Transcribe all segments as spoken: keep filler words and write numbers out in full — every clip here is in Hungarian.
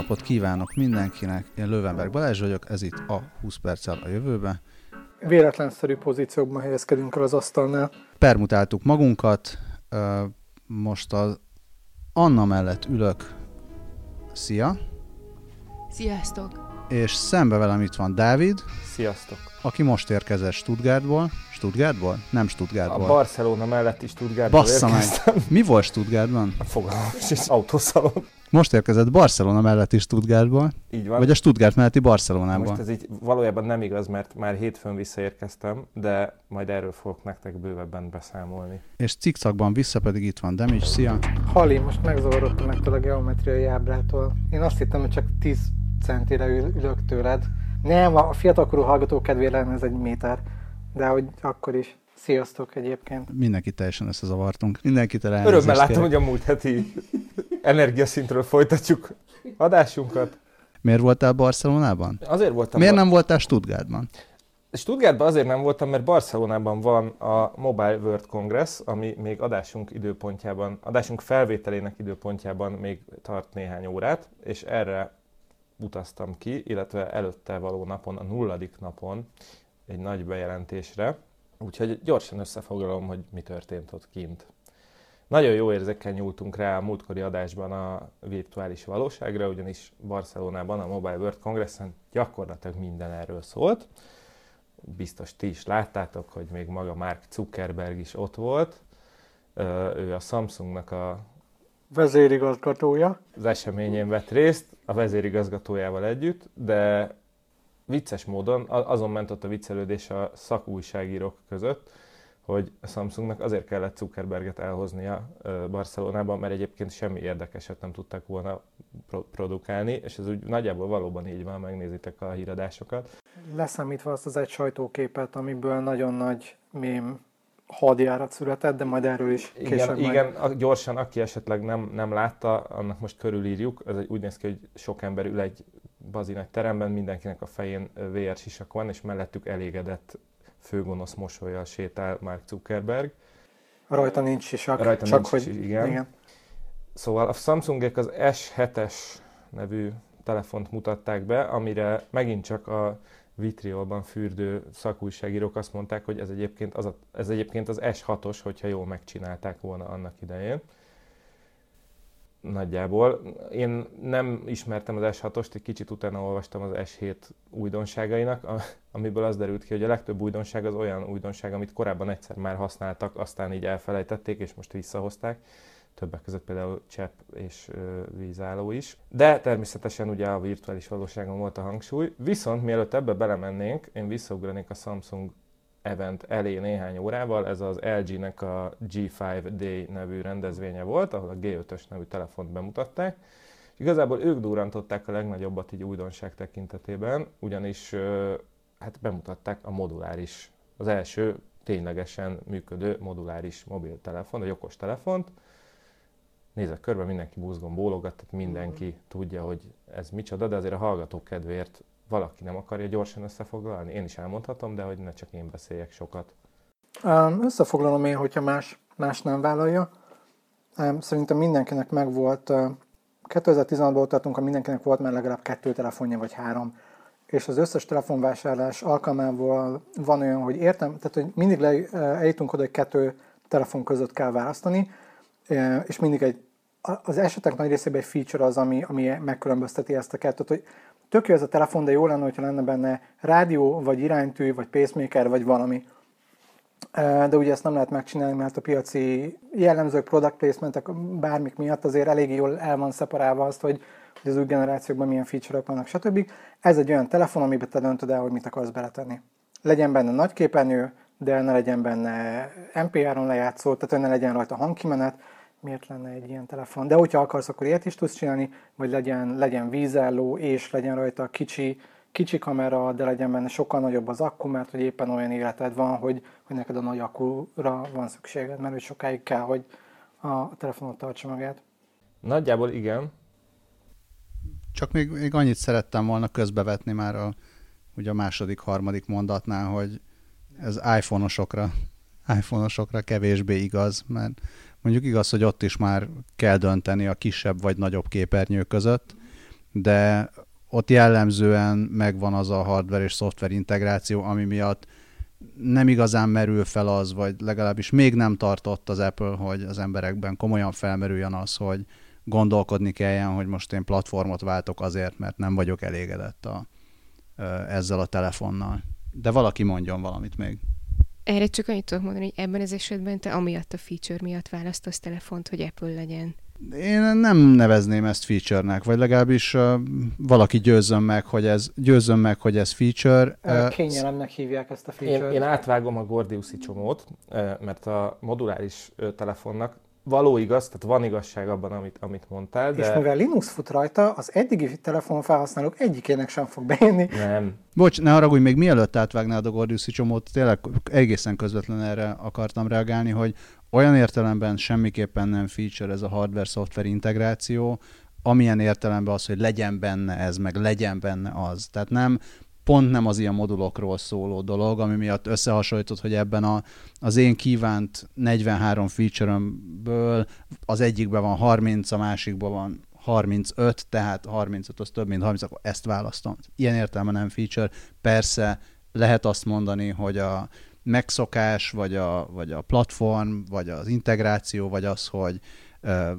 napot kívánok mindenkinek, én Löwenberg Balázs vagyok, ez itt a húsz perccel a jövőbe. Véletlenszerű pozíciókban helyezkedünk el az asztalnál. Permutáltuk magunkat, most az Anna mellett ülök. Szia! Sziasztok! És szembe velem itt van Dávid. Sziasztok! Aki most érkezett Stuttgartból. Stuttgartból? Nem Stuttgartból. A Barcelona melletti Stuttgartból érkeztem. Mi volt Stuttgartban? A fogalmam is, autószalon. Most érkezett Barcelona melletti Stuttgartból. Így van. Vagy a Stuttgart melletti Barcelonából. Most ez így valójában nem igaz, mert már hétfőn visszaérkeztem, de majd erről fogok nektek bővebben beszámolni. És cikcakban vissza pedig itt van Damage. Szia! Hali, most megzavarodtam ettől a geometriai ábrától. Én azt hittem, hogy csak tíz centire ül- ülök tőled. Nem, a fiatalkorú hallgatók kedvére ez egy méter, de hogy akkor is. Sziasztok egyébként. Mindenki teljesen összezavartunk. Mindenkitől elnézést Örömmel láttam, kérek. hogy a múlt heti energiaszintről folytatjuk adásunkat. Miért voltál Barcelonában? Azért voltam. Miért bar- nem voltál Stuttgartban? Stuttgartban azért nem voltam, mert Barcelonában van a Mobile World Congress, ami még adásunk időpontjában, adásunk felvételének időpontjában még tart néhány órát, és erre utaztam ki, illetve előtte való napon, a nulladik napon egy nagy bejelentésre. Úgyhogy gyorsan összefoglalom, hogy mi történt ott kint. Nagyon jó érzekkel nyúltunk rá a múltkori adásban a virtuális valóságra, ugyanis Barcelonában a Mobile World Congressen gyakorlatilag minden erről szólt. Biztos ti is láttátok, hogy még maga Mark Zuckerberg is ott volt. Ő a Samsungnak a vezérigazgatója. Az eseményén vett részt, a vezérigazgatójával együtt, de vicces módon azon ment ott a viccelődés a szakújságírók között, hogy a Samsungnak azért kellett Zuckerberget elhoznia Barcelonában, mert egyébként semmi érdekeset nem tudtak volna produkálni, és ez úgy nagyjából valóban így van, megnézitek a híradásokat. Leszámítva azt az egy sajtóképet, amiből nagyon nagy mém hadjárat született, de majd erről is később. Igen, igen a, gyorsan, aki esetleg nem, nem látta, annak most körülírjuk. Ez egy, úgy néz ki, hogy sok ember ül egy bazi nagy teremben, mindenkinek a fején vé er sisak van, és mellettük elégedett főgonosz mosollyal sétál Mark Zuckerberg. Rajta nincs sisak, Rajta csak nincs, hogy igen. igen. Szóval a Samsungek az es hetes nevű telefont mutatták be, amire megint csak a vitriolban fürdő szakújságírók azt mondták, hogy ez egyébként az, a, ez egyébként az es hatos, hogyha jól megcsinálták volna annak idején. Nagyjából. Én nem ismertem az es hatost, egy kicsit utána olvastam az es hét újdonságainak, amiből az derült ki, hogy a legtöbb újdonság az olyan újdonság, amit korábban egyszer már használtak, aztán így elfelejtették, és most visszahozták. Többek között például csepp és ö, vízálló is. De természetesen ugye a virtuális valóságon volt a hangsúly. Viszont mielőtt ebbe belemennénk, én visszaugranék a Samsung event elé néhány órával. Ez az el gé-nek a gé öt Day nevű rendezvénye volt, ahol a gé ötös nevű telefont bemutatták. Igazából ők durrantották a legnagyobbat így újdonság tekintetében, ugyanis ö, hát bemutatták a moduláris, az első ténylegesen működő moduláris mobiltelefon, vagy okos telefont. Nézek körbe, mindenki buzgón bólogat, tehát mindenki mm. tudja, hogy ez micsoda, de azért a hallgatók kedvéért valaki nem akarja gyorsan összefoglalni. Én is elmondhatom, de hogy ne csak én beszéljek sokat. Összefoglalom én, hogyha más, más nem vállalja. Szerintem mindenkinek megvolt, kétezer-tizenhatban tartunk, ha mindenkinek volt már legalább kettő telefonja, vagy három. És az összes telefonvásárlás alkalmával van olyan, hogy értem, tehát hogy mindig le, eljutunk oda, hogy kettő telefon között kell választani, és mindig egy, az esetek nagy részében egy feature az, ami, ami megkülönbözteti ezt a kettőt, hogy tök jó ez a telefon, de jó lenne, hogyha lenne benne rádió, vagy iránytű, vagy pacemaker, vagy valami. De ugye ezt nem lehet megcsinálni, mert a piaci jellemzők, product placementek, bármik miatt azért elég jól el van szeparálva azt, hogy, hogy az új generációkban milyen feature-ok vannak, stb. Ez egy olyan telefon, amiben te döntöd el, hogy mit akarsz beletenni. Legyen benne nagy képernyő, de ne legyen benne em pé három lejátszó, tehát ne legyen rajta hangkimenet. Miért lenne egy ilyen telefon? De hogyha akarsz, akkor ilyet is tudsz csinálni, vagy legyen, legyen vízálló, és legyen rajta kicsi, kicsi kamera, de legyen benne sokkal nagyobb az akku, mert hogy éppen olyan életed van, hogy, hogy neked a nagy akkura van szükséged, mert hogy sokáig kell, hogy a telefonot tartsa magát. Nagyjából igen. Csak még, még annyit szerettem volna közbevetni már a, ugye a második, harmadik mondatnál, hogy ez iPhone-osokra, iPhone-osokra kevésbé igaz, mert mondjuk igaz, hogy ott is már kell dönteni a kisebb vagy nagyobb képernyő között, de ott jellemzően megvan az a hardware és szoftver integráció, ami miatt nem igazán merül fel az, vagy legalábbis még nem tartott az Apple, hogy az emberekben komolyan felmerüljön az, hogy gondolkodni kelljen, hogy most én platformot váltok azért, mert nem vagyok elégedett a, ezzel a telefonnal. De valaki mondjon valamit még. Erre csak annyit tudok mondani, hogy ebben az esetben te amiatt a feature miatt választasz telefont, hogy Apple legyen. Én nem nevezném ezt feature-nek, vagy legalábbis uh, valaki győzzön meg, hogy ez, győzzön meg, hogy ez feature. Uh, Kényelemnek hívják ezt a feature-t. Én, én átvágom a Gordiuszi csomót, mert a moduláris telefonnak való igaz, tehát van igazság abban, amit, amit mondtál, de... És mivel Linux fut rajta, az eddigi telefonfelhasználók egyikének sem fog bejönni. Nem. Bocs, ne haragudj, még mielőtt átvágnád a Gordiuszi csomót, tényleg egészen közvetlen erre akartam reagálni, hogy olyan értelemben semmiképpen nem feature ez a hardware-szoftver integráció, amilyen értelemben az, hogy legyen benne ez, meg legyen benne az. Tehát nem, pont nem az ilyen modulokról szóló dolog, ami miatt összehasonlított, hogy ebben a, az én kívánt negyvenhárom feature-ömből az egyikben van harminc, a másikban van harmincöt, tehát harmincöt az több, mint harminc, akkor ezt választom. Ilyen értelemben nem feature. Persze lehet azt mondani, hogy a megszokás, vagy a, vagy a platform, vagy az integráció, vagy az, hogy ö,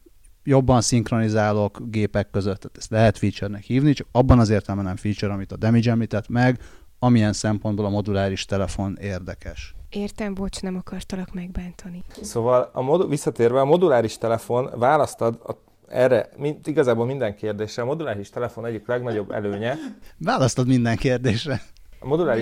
jobban szinkronizálok gépek között, tehát ezt lehet feature-nek hívni, csak abban az értelemben nem feature, amit a Damage említett meg, amilyen szempontból a moduláris telefon érdekes. Értem, bocs, nem akartalak megbántani. Szóval a modu- visszatérve, a moduláris telefon választad a erre mind, igazából minden kérdésre. A moduláris telefon egyik legnagyobb előnye. Választod minden kérdésre. A moduláris,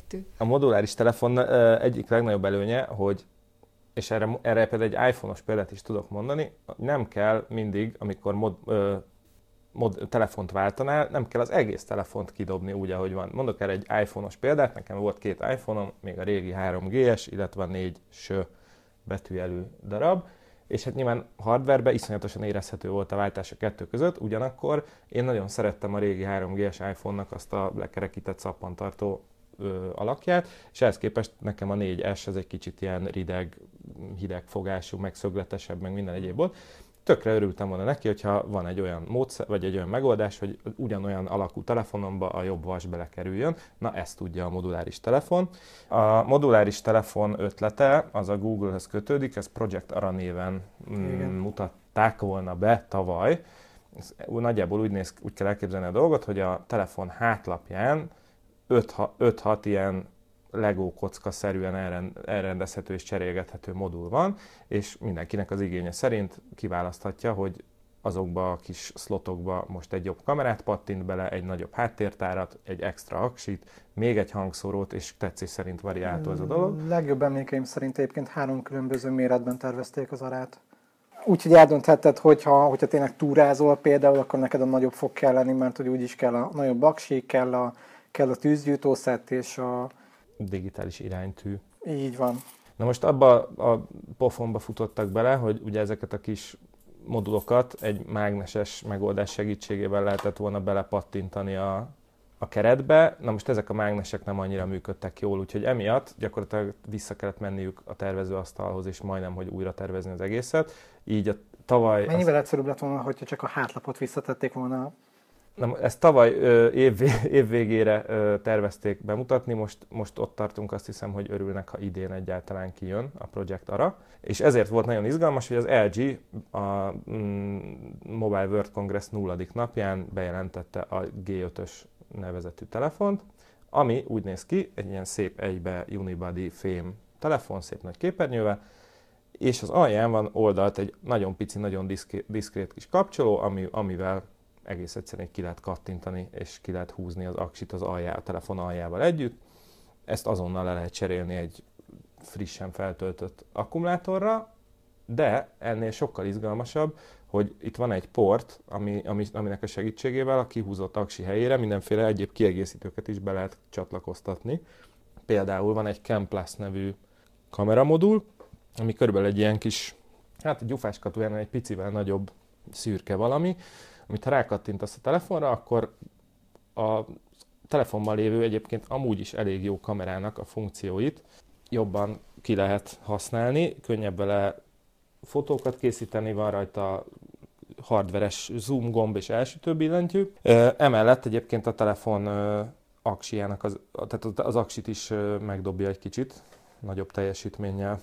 a moduláris telefon uh, egyik legnagyobb előnye, hogy, és erre, erre például egy iPhone-os példát is tudok mondani, nem kell mindig, amikor mod, uh, mod, telefont váltanál, nem kell az egész telefont kidobni úgy, ahogy van. Mondok erre egy iPhone-os példát, nekem volt két iPhone-om, még a régi három G S, illetve a négy S betűjelű darab, és hát nyilván hardwarebe iszonyatosan érezhető volt a váltás a kettő között, ugyanakkor én nagyon szerettem a régi három G S iPhone-nak azt a lekerekített szappantartó ö, alakját, és ehhez képest nekem a négy S ez egy kicsit ilyen rideg, hideg fogású, meg szögletesebb, meg minden egyéb volt. Tökre örültem volna neki, hogyha van egy olyan módszer, vagy egy olyan megoldás, hogy ugyanolyan alakú telefonomba a jobb vas belekerüljön. Na, ezt tudja a moduláris telefon. A moduláris telefon ötlete az a Google-höz kötődik, ezt Project Ara néven mm, mutatták volna be tavaly. Ez nagyjából úgy, néz, úgy kell elképzelni a dolgot, hogy a telefon hátlapján öt-hat ilyen Lego kocka-szerűen elrendezhető és cserélgethető modul van, és mindenkinek az igénye szerint kiválaszthatja, hogy azokba a kis szlotokba most egy jobb kamerát pattint bele, egy nagyobb háttértárat, egy extra aksit, még egy hangszórót, és tetszés szerint variálható ez a dolog. Legjobb emlékeim szerint egyébként három különböző méretben tervezték az arát. Úgyhogy eldönthetted, hogyha, hogyha tényleg túrázol például, akkor neked a nagyobb fog kell lenni, mert hogy úgyis kell a nagyobb aksi, kell a, kell a tűzgyújtószett és a digitális iránytű. Így van. Na most abba a pofonba futottak bele, hogy ugye ezeket a kis modulokat egy mágneses megoldás segítségével lehetett volna belepattintani a, a keretbe. Na most ezek a mágnesek nem annyira működtek jól, úgyhogy emiatt gyakorlatilag vissza kellett menniük a tervezőasztalhoz, és majdnem, hogy újra tervezni az egészet. Így a tavaly... Mennyivel azt... egyszerűbb lett volna, hogyha csak a hátlapot visszatették volna? Na, ezt tavaly év, év végére tervezték bemutatni, most, most ott tartunk, azt hiszem, hogy örülnek, ha idén egyáltalán kijön a Project Ara. És ezért volt nagyon izgalmas, hogy az el gé a mm, Mobile World Congress nulladik napján bejelentette a G ötös nevezetű telefont, ami úgy néz ki, egy ilyen szép egybe unibody fém telefon, szép nagy képernyővel, és az alján van oldalt egy nagyon pici, nagyon diszkrét, diszkrét kis kapcsoló, ami, amivel egész egyszerűen ki lehet kattintani, és ki lehet húzni az aksit az aljá, a telefon aljával együtt. Ezt azonnal le lehet cserélni egy frissen feltöltött akkumulátorra, de ennél sokkal izgalmasabb, hogy itt van egy port, ami, ami, aminek a segítségével a kihúzott aksi helyére mindenféle egyéb kiegészítőket is be lehet csatlakoztatni. Például van egy Cam Plus nevű kameramodul, ami körülbelül egy ilyen kis, hát egy gyufáskatuján egy picivel nagyobb szürke valami, amit ha rákattintasz a telefonra, akkor a telefonban lévő egyébként amúgy is elég jó kamerának a funkcióit jobban ki lehet használni, könnyebb vele fotókat készíteni, van rajta hardveres zoom gomb és elsütő billentyű. Emellett egyébként a telefon aksijának, az, tehát az aksit is megdobja egy kicsit, nagyobb teljesítménnyel.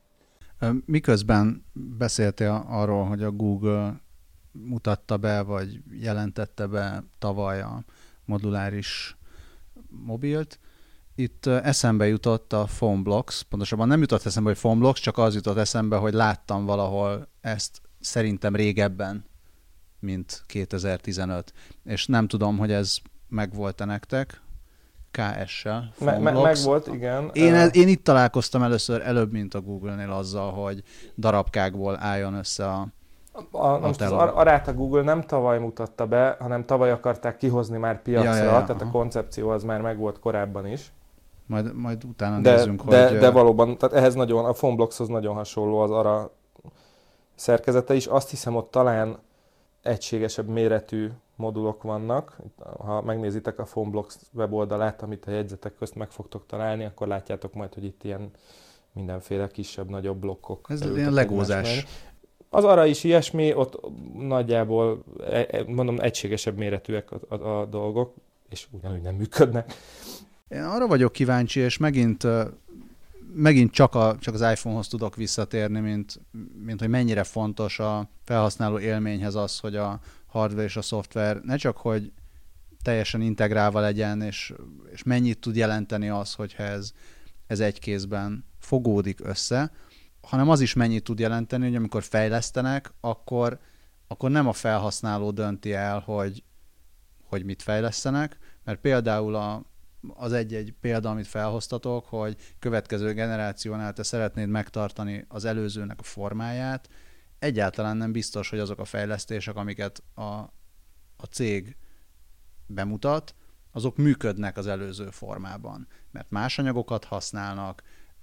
Miközben beszéltél arról, hogy a Google mutatta be, vagy jelentette be tavaly a moduláris mobilt, itt eszembe jutott a PhoneBlocks, pontosabban nem jutott eszembe, hogy PhoneBlocks, csak az jutott eszembe, hogy láttam valahol ezt szerintem régebben, mint kétezer-tizenöt. És nem tudom, hogy ez megvolt-e nektek, ká es-sel. Me- me- megvolt, igen. Én, ez, én itt találkoztam először, előbb, mint a Google-nél azzal, hogy darabkákból álljon össze a A, a most az arát a Google nem tavaly mutatta be, hanem tavaly akarták kihozni már piacra, ja, ja, ja, tehát aha. A koncepció az már megvolt korábban is. Majd, majd utána de, nézzünk, de, hogy... De valóban, tehát ehhez nagyon, a PhoneBlockshoz nagyon hasonló az ara szerkezete is. Azt hiszem, ott talán egységesebb méretű modulok vannak. Ha megnézitek a PhoneBlocks weboldalát, amit a jegyzetek közt meg fogtok találni, akkor látjátok majd, hogy itt ilyen mindenféle kisebb-nagyobb blokkok. Ez ilyen legózás. Az arra is ilyesmi, ott nagyjából, mondom, egységesebb méretűek a, a, a dolgok, és ugyanúgy nem működnek. Én arra vagyok kíváncsi, és megint, megint csak, a, csak az iPhone-hoz tudok visszatérni, mint, mint hogy mennyire fontos a felhasználó élményhez az, hogy a hardware és a szoftver ne csak, hogy teljesen integrálva legyen, és, és mennyit tud jelenteni az, hogyha ez, ez egy kézben fogódik össze, hanem az is mennyit tud jelenteni, hogy amikor fejlesztenek, akkor, akkor nem a felhasználó dönti el, hogy, hogy mit fejlesztenek, mert például a, az egy-egy példa, amit felhoztatok, hogy következő generációnál te szeretnéd megtartani az előzőnek a formáját, egyáltalán nem biztos, hogy azok a fejlesztések, amiket a, a cég bemutat, azok működnek az előző formában. Mert más anyagokat használnak,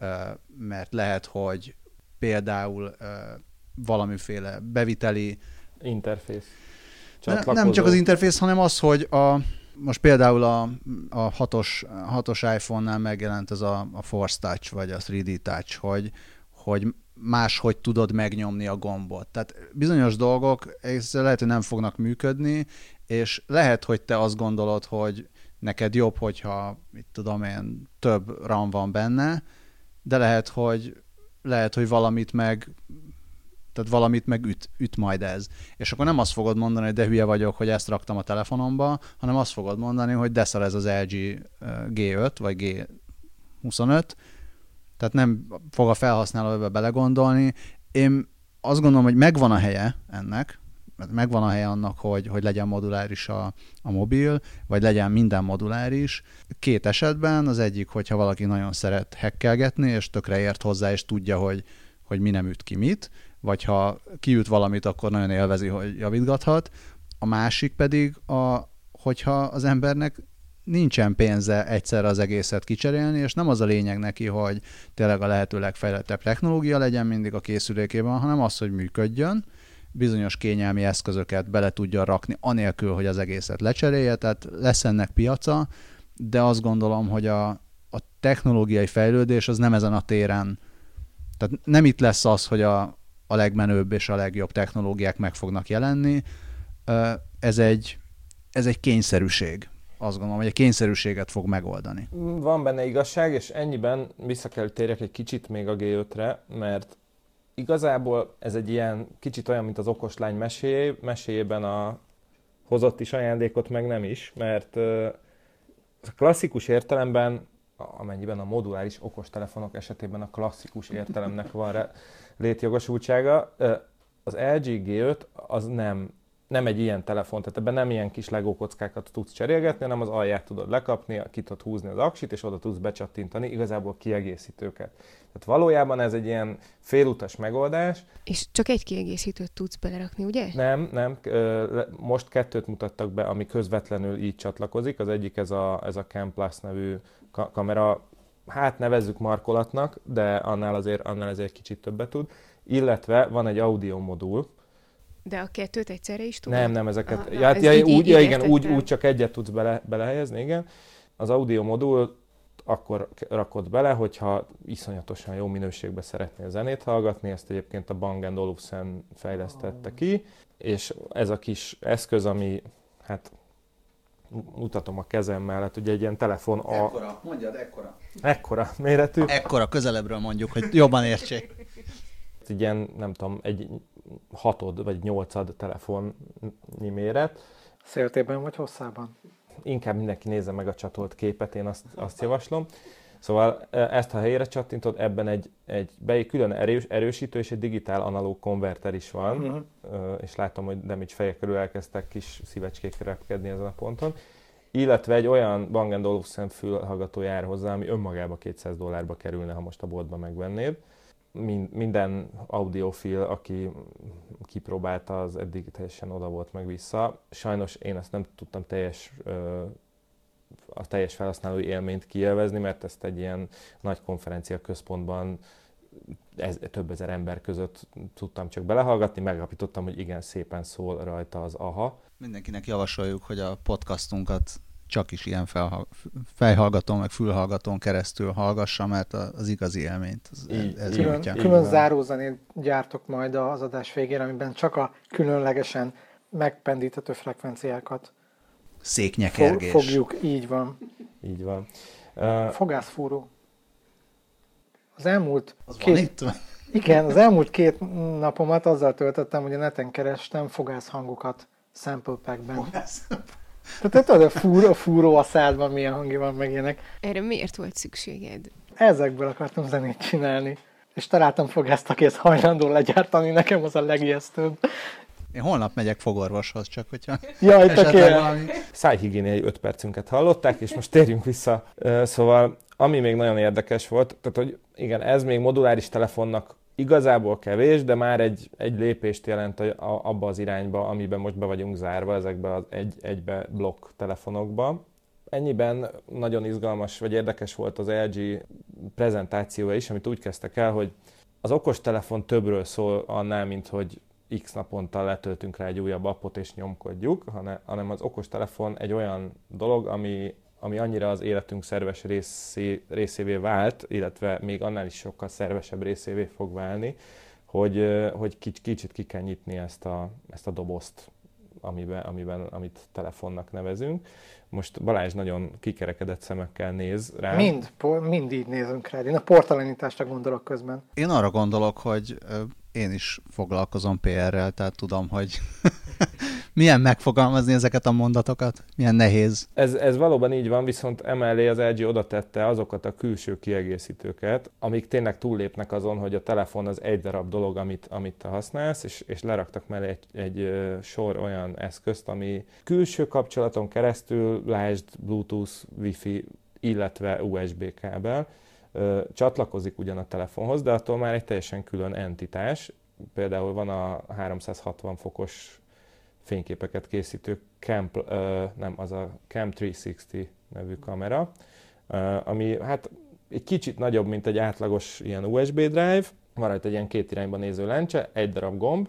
mert lehet, hogy például uh, valamiféle beviteli... Interfész. Ne, nem csak az interfész, hanem az, hogy a, most például a, a hatos, hatos iPhone-nál megjelent ez a, a Force Touch, vagy a három dé Touch, hogy, hogy máshogy tudod megnyomni a gombot. Tehát bizonyos dolgok lehet, hogy nem fognak működni, és lehet, hogy te azt gondolod, hogy neked jobb, hogyha, mit tudom én, több RAM van benne, de lehet, hogy lehet, hogy valamit meg, tehát valamit meg üt, üt majd ez. És akkor nem azt fogod mondani, hogy de hülye vagyok, hogy ezt raktam a telefonomba, hanem azt fogod mondani, hogy de szar ez az el gé gé öt, vagy gé huszonöt, tehát nem fog a felhasználó ebbe belegondolni. Én azt gondolom, hogy megvan a helye ennek, megvan a helye annak, hogy, hogy legyen moduláris a, a mobil, vagy legyen minden moduláris. Két esetben, az egyik, hogyha valaki nagyon szeret hackelgetni, és tökre ért hozzá, és tudja, hogy, hogy mi nem üt ki mit, vagy ha kiüt valamit, akkor nagyon élvezi, hogy javítgathat. A másik pedig, a, hogyha az embernek nincsen pénze egyszerre az egészet kicserélni, és nem az a lényeg neki, hogy tényleg a lehető legfejlettebb technológia legyen mindig a készülékében, hanem az, hogy működjön, bizonyos kényelmi eszközöket bele tudja rakni, anélkül, hogy az egészet lecserélje, tehát lesz ennek piaca, de azt gondolom, hogy a, a technológiai fejlődés az nem ezen a téren, tehát nem itt lesz az, hogy a, a legmenőbb és a legjobb technológiák meg fognak jelenni, ez egy, ez egy kényszerűség. Azt gondolom, hogy egy kényszerűséget fog megoldani. Van benne igazság, és ennyiben vissza kell térjek egy kicsit még a gé ötre, mert igazából ez egy ilyen kicsit olyan, mint az okoslány mesély, meséjében a hozott is ajándékot, meg nem is, mert a klasszikus értelemben, amennyiben a moduláris okostelefonok esetében a klasszikus értelemnek van létjogosultsága, az el gé gé öt az nem, nem egy ilyen telefon, tehát ebben nem ilyen kis Lego kockákat tudsz cserélgetni, hanem az alját tudod lekapni, ki tudod húzni az aksit, és oda tudsz becsattintani, igazából kiegészítőket. Tehát valójában ez egy ilyen félutas megoldás. És csak egy kiegészítőt tudsz belerakni, ugye? Nem, nem. Most kettőt mutattak be, ami közvetlenül így csatlakozik. Az egyik ez a, ez a Cam Plus nevű kamera, hát nevezzük markolatnak, de annál azért, annál azért kicsit többet tud. Illetve van egy audio modul. De a kettőt egyszerre is tudod? Nem, nem, ezeket. Ah, ja, ez ja, így, úgy, így ja, igen, úgy, értettem. úgy csak egyet tudsz bele, belehelyezni, igen. Az audio modul akkor rakod bele, hogyha iszonyatosan jó minőségben szeretnél zenét hallgatni, ezt egyébként a Bang and Olufsen fejlesztette ki, és ez a kis eszköz, ami, hát mutatom a kezem mellett, ugye egy ilyen telefon a... Ekkora, mondjad, ekkora. Ekkora méretű. Ekkora, közelebbről mondjuk, hogy jobban értsék. Egy ilyen, nem tudom, egy hatod vagy nyolcad telefonnyi méret. Széltében vagy hosszában? Inkább mindenki nézze meg a csatolt képet, én azt, azt javaslom. Szóval ezt, ha helyére csattintod, ebben egy, egy be, külön erős, erősítő és egy digitál analóg konverter is van, uh-huh. és látom, hogy Damage fejek körül elkezdtek kis szívecskék repkedni ezen a ponton. Illetve egy olyan Bang and Olufsen fülhallgató jár hozzá, ami önmagában kétszáz dollárba kerülne, ha most a boltban megvennéd. Minden audiofil, aki kipróbálta, az eddig teljesen oda volt meg vissza. Sajnos én ezt nem tudtam teljes, a teljes felhasználói élményt kielvezni, mert ezt egy ilyen nagy konferencia központban ez, több ezer ember között tudtam csak belehallgatni, megállapítottam, hogy igen, szépen szól rajta az aha. Mindenkinek javasoljuk, hogy a podcastunkat csak is ilyen felha- fejhallgatón, meg fülhallgatón keresztül hallgassa, mert az igazi élményt az így, ez külön, nyújtja. külön zárózenét gyártok majd az adás végére, amiben csak a különlegesen megpendíthető frekvenciákat széknyekergés. Fog, fogjuk, így van. Így van. Uh, Fogászfúró. Az elmúlt az két... van itt? Igen, az elmúlt két napomat azzal töltöttem, hogy a neten kerestem fogászhangokat sample packben. Fogász. Tehát tudod, a fúró, a fúró a szádban milyen hangja van, meg ilyenek. Erre miért volt szükséged? Ezekből akartam zenét csinálni. És találtam fogászt, aki ezt hajlandó legyártani, nekem az a legijesztőbb. Én holnap megyek fogorvoshoz, csak hogyha Jaj, esetleg valami... Szájhigiéniai öt percünket hallották, és most térjünk vissza. Szóval, ami még nagyon érdekes volt, tehát, hogy igen, ez még moduláris telefonnak igazából kevés, de már egy, egy lépést jelent a, a, abba az irányba, amiben most be vagyunk zárva, ezekbe az egy, egybe blokk telefonokba. Ennyiben nagyon izgalmas vagy érdekes volt az el gé prezentációja is, amit úgy kezdtek el, hogy az okostelefon többről szól annál, mint hogy x naponta letöltünk rá egy újabb appot és nyomkodjuk, hanem az okostelefon egy olyan dolog, ami, ami annyira az életünk szerves részé, részévé vált, illetve még annál is sokkal szervesebb részévé fog válni, hogy, hogy kicsit ki kell nyitni ezt a, ezt a dobozt, amiben, amiben, amit telefonnak nevezünk. Most Balázs nagyon kikerekedett szemekkel néz rá. Mind, mind így nézünk rá. Én a portalanításra gondolok közben. Én arra gondolok, hogy én is foglalkozom pé errel, tehát tudom, hogy milyen megfogalmazni ezeket a mondatokat, milyen nehéz. Ez, ez valóban így van, viszont emellé az el gé oda tette azokat a külső kiegészítőket, amik tényleg túllépnek azon, hogy a telefon az egy darab dolog, amit, amit te használsz, és, és leraktak mellé egy, egy sor olyan eszközt, ami külső kapcsolaton keresztül, lásd Bluetooth, Wi-Fi, illetve u es bé kábel, csatlakozik ugyan a telefonhoz, de attól már egy teljesen külön entitás. Például van a háromszázhatvan fokos fényképeket készítő Cam, uh, nem, az a Cam háromszázhatvan nevű kamera, uh, ami hát egy kicsit nagyobb, mint egy átlagos ilyen u es bé drive, van rajta egy ilyen két irányba néző lencse, egy darab gomb,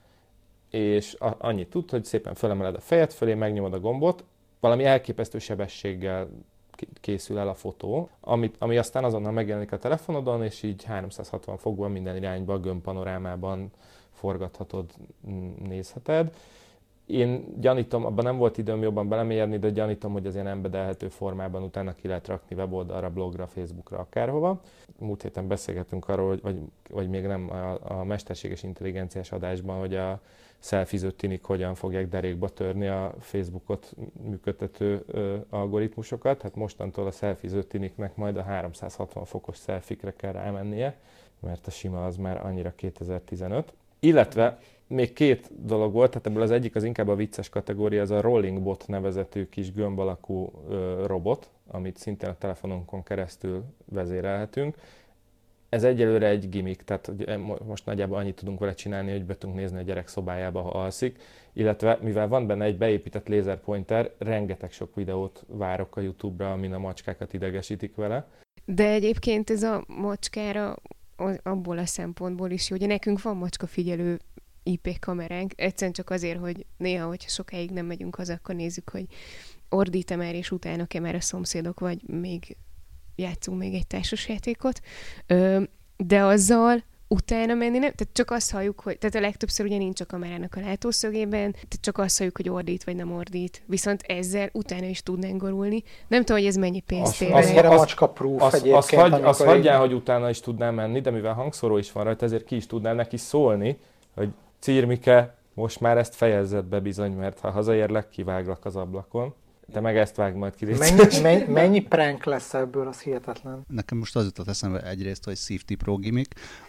és a, annyit tud, hogy szépen felemeled a fejed fölé, megnyomod a gombot, valami elképesztő sebességgel készül el a fotó, amit, ami aztán azonnal megjelenik a telefonodon, és így háromszázhatvan fokban minden irányba a gömbpanorámában forgathatod, nézheted. Én gyanítom, abban nem volt időm jobban belemérni, de gyanítom, hogy az ilyen embedelhető formában utána ki lehet rakni weboldalra, blogra, Facebookra, akárhova. Múlt héten beszélgettünk arról, hogy, vagy, vagy még nem a, a mesterséges intelligenciás adásban, hogy a szelfiző tinik hogyan fogják derékba törni a Facebookot működtető ö, algoritmusokat. Hát mostantól a szelfiző tiniknek majd a háromszázhatvan fokos szelfikre kell rámennie, mert a sima az már annyira kétezer-tizenöt. Illetve még két dolog volt, tehát ebből az egyik az inkább a vicces kategória, az a Rolling Bot nevezetű kis gömb alakú ö, robot, amit szintén a telefonunkon keresztül vezérelhetünk. Ez egyelőre egy gimmick, tehát most nagyjából annyit tudunk vele csinálni, hogy be tudunk nézni a gyerek szobájába, ha alszik, illetve mivel van benne egy beépített lézerpointer, rengeteg sok videót várok a YouTube-ra, amin a macskákat idegesítik vele. De egyébként ez a macskára abból a szempontból is jó, hogy nekünk van macska figyelő i pé kameránk, egyszerűen csak azért, hogy néha, hogyha sokáig nem megyünk haza, akkor nézzük, hogy ordít-e már, és utána-e már a szomszédok, vagy még játszunk még egy társasjátékot, ö, de azzal utána menni nem, tehát csak azt halljuk, hogy, tehát a legtöbbször ugye nincs a kamerának a látószögében, tehát csak azt halljuk, hogy ordít vagy nem ordít, viszont ezzel utána is tudnánk gurulni. Nem tudom, hogy ez mennyi pénzt ér. Mennyire macska proof az, egyébként. Azt hagy, az hagyjál, hogy utána is tudnám menni, de mivel hangszóró is van rajta, ezért ki is tudnám neki szólni, hogy Cirmike, most már ezt fejezzed be bizony, mert ha hazaérlek, kiváglak az ablakon. Te meg ezt vág majd ki. Mennyi, mennyi, mennyi prank lesz ebből, az hihetetlen. Nekem most az jutott eszembe egyrészt, hogy Safety Pro gimmick.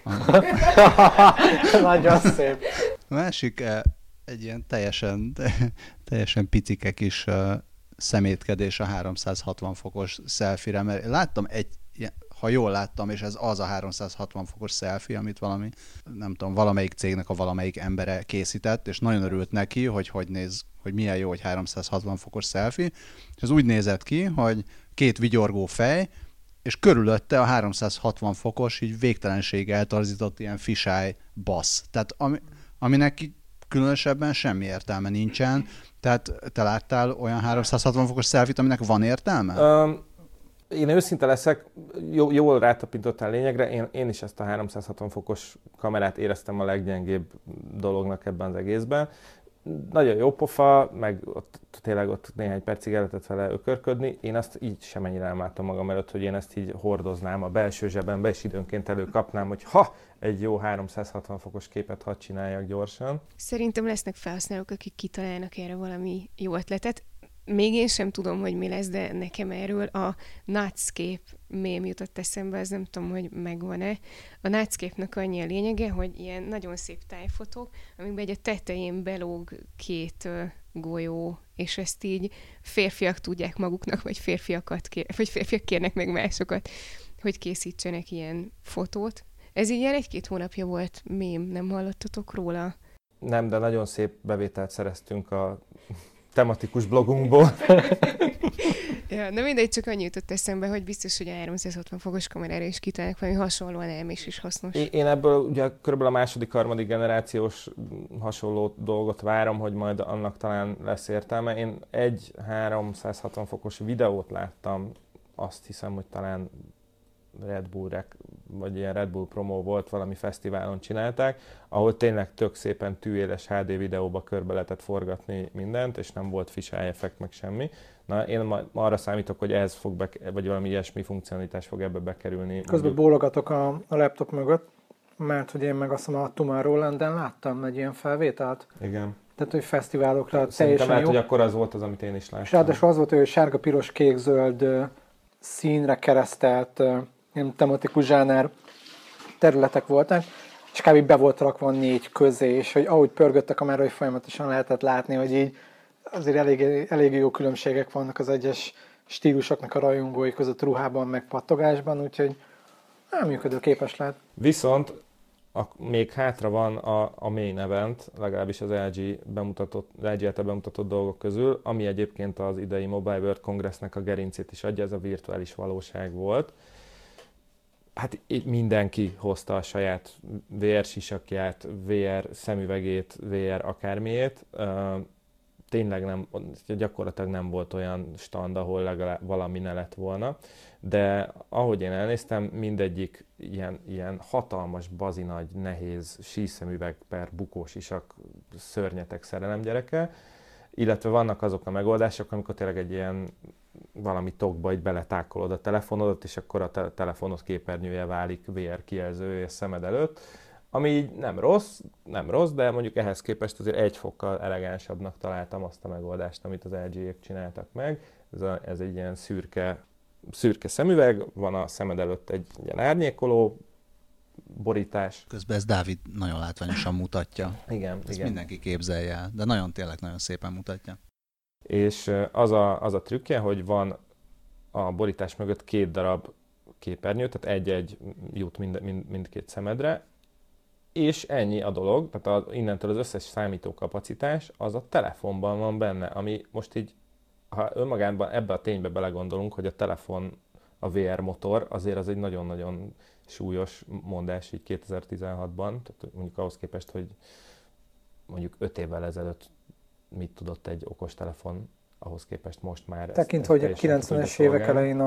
Nagyon szép. A másik egy ilyen teljesen, teljesen picike kis szemétkedés a háromszázhatvan fokos selfie-re, mert láttam egy, ha jól láttam, és ez az a háromszázhatvan fokos selfie, amit valami, nem tudom, valamelyik cégnek a valamelyik embere készített, és nagyon örült neki, hogy hogy néz, hogy milyen jó, hogy háromszázhatvan fokos selfie, és ez úgy nézett ki, hogy két vigyorgó fej, és körülötte a háromszázhatvan fokos, így végtelenség eltorzított ilyen fisheye bassz. Tehát ami, aminek különösebben semmi értelme nincsen. Tehát te láttál olyan háromszázhatvan fokos selfie-t, aminek van értelme? Um, én őszinte leszek, jó, jól rátapintottál lényegre, én, én is ezt a háromszázhatvan fokos kamerát éreztem a leggyengébb dolognak ebben az egészben. Nagyon jó pofa, meg ott, tényleg ott néhány percig el lehetett vele ökörködni. Én azt így semennyire nem láttam magam előtt, hogy én ezt így hordoznám a belső zsebembe, és időnként előkapnám, hogy ha, egy jó háromszázhatvan fokos képet hadd csináljak gyorsan. Szerintem lesznek felhasználók, akik kitalálnak erre valami jó ötletet. Még én sem tudom, hogy mi lesz, de nekem erről a Netscape mém jutott eszembe, az nem tudom, hogy megvan-e. A Netscape-nak annyi a lényege, hogy ilyen nagyon szép tájfotók, amikben egy a tetején belóg két uh, golyó, és ezt így férfiak tudják maguknak, vagy férfiakat kér, vagy férfiak kérnek meg másokat, hogy készítsenek ilyen fotót. Ez így egy-két hónapja volt mém, nem hallottatok róla? Nem, de nagyon szép bevételt szereztünk a tematikus blogunkból. Ja, na mindegy, csak annyi jutott eszembe, hogy biztos, hogy a háromszázhatvan fokos kamerára is kitálnak valami hasonlóan elmés is hasznos. Én ebből ugye körülbelül a második, harmadik generációs hasonló dolgot várom, hogy majd annak talán lesz értelme. Én egy háromszázhatvan fokos videót láttam, azt hiszem, hogy talán Red Bull-rek, vagy ilyen Red Bull promó volt, valami fesztiválon csinálták, ahol tényleg tök szépen tűéles há dé videóba körbe lehetett forgatni mindent, és nem volt fisheye effekt, meg semmi. Na, én ma arra számítok, hogy ez fog be, vagy valami ilyesmi funkcionalitás fog ebbe bekerülni. Közben bólogatok a, a laptop mögött, mert hogy én meg azt hiszem a Tomorrowland-en láttam egy ilyen felvételt. Igen. Tehát, hogy fesztiválokra Szerintem teljesen lehet, jó. hogy akkor az volt az, amit én is láttam. És ráadásul az volt, hogy sárga, piros, kék, zöld színre keresztelt ilyen tematikus zsánár területek voltak, és kb. Be volt rakva négy közé, és hogy ahogy pörgött a kamera, hogy folyamatosan lehetett látni, hogy így azért elég, elég jó különbségek vannak az egyes stílusoknak a rajongói között ruhában, meg pattogásban, úgyhogy nem működőképes lehet. Viszont a, még hátra van a, a main event, legalábbis az el gé bemutatott, el gé által bemutatott dolgok közül, ami egyébként az idei Mobile World Congressnek a gerincét is adja, ez a virtuális valóság volt. Hát itt mindenki hozta a saját vé er sisakját, vé er szemüvegét, vé er akármiét. Tényleg nem, gyakorlatilag nem volt olyan stand, ahol legalább valami ne lett volna. De ahogy én elnéztem, mindegyik ilyen, ilyen hatalmas, bazinagy, nehéz síszemüveg per bukós isak, szörnyetek szerelem gyereke. Illetve vannak azok a megoldások, amikor tényleg egy ilyen valami tokba így beletákolod a telefonodat, és akkor a te- telefonod képernyője válik vé er kijelzője szemed előtt, ami így nem rossz, nem rossz, de mondjuk ehhez képest azért egy fokkal elegánsabbnak találtam azt a megoldást, amit az el gé-ek csináltak meg. Ez, a, ez egy ilyen szürke, szürke szemüveg, van a szemed előtt egy ilyen árnyékoló borítás. Közben ez Dávid nagyon látványosan mutatja. Igen, Ezt igen. mindenki képzelje el, de nagyon tényleg nagyon szépen mutatja. És az a, az a trükkje, hogy van a borítás mögött két darab képernyő, tehát egy-egy jut mind, mind, mindkét szemedre, és ennyi a dolog, tehát a, innentől az összes számítókapacitás az a telefonban van benne, ami most így, ha önmagában ebbe a ténybe belegondolunk, hogy a telefon a vé er motor, azért az egy nagyon-nagyon súlyos mondás így kétezer-tizenhatban, tehát mondjuk ahhoz képest, hogy mondjuk öt évvel ezelőtt mit tudott egy okostelefon, ahhoz képest most már... Tekintve, hogy a kilencvenes évek elején a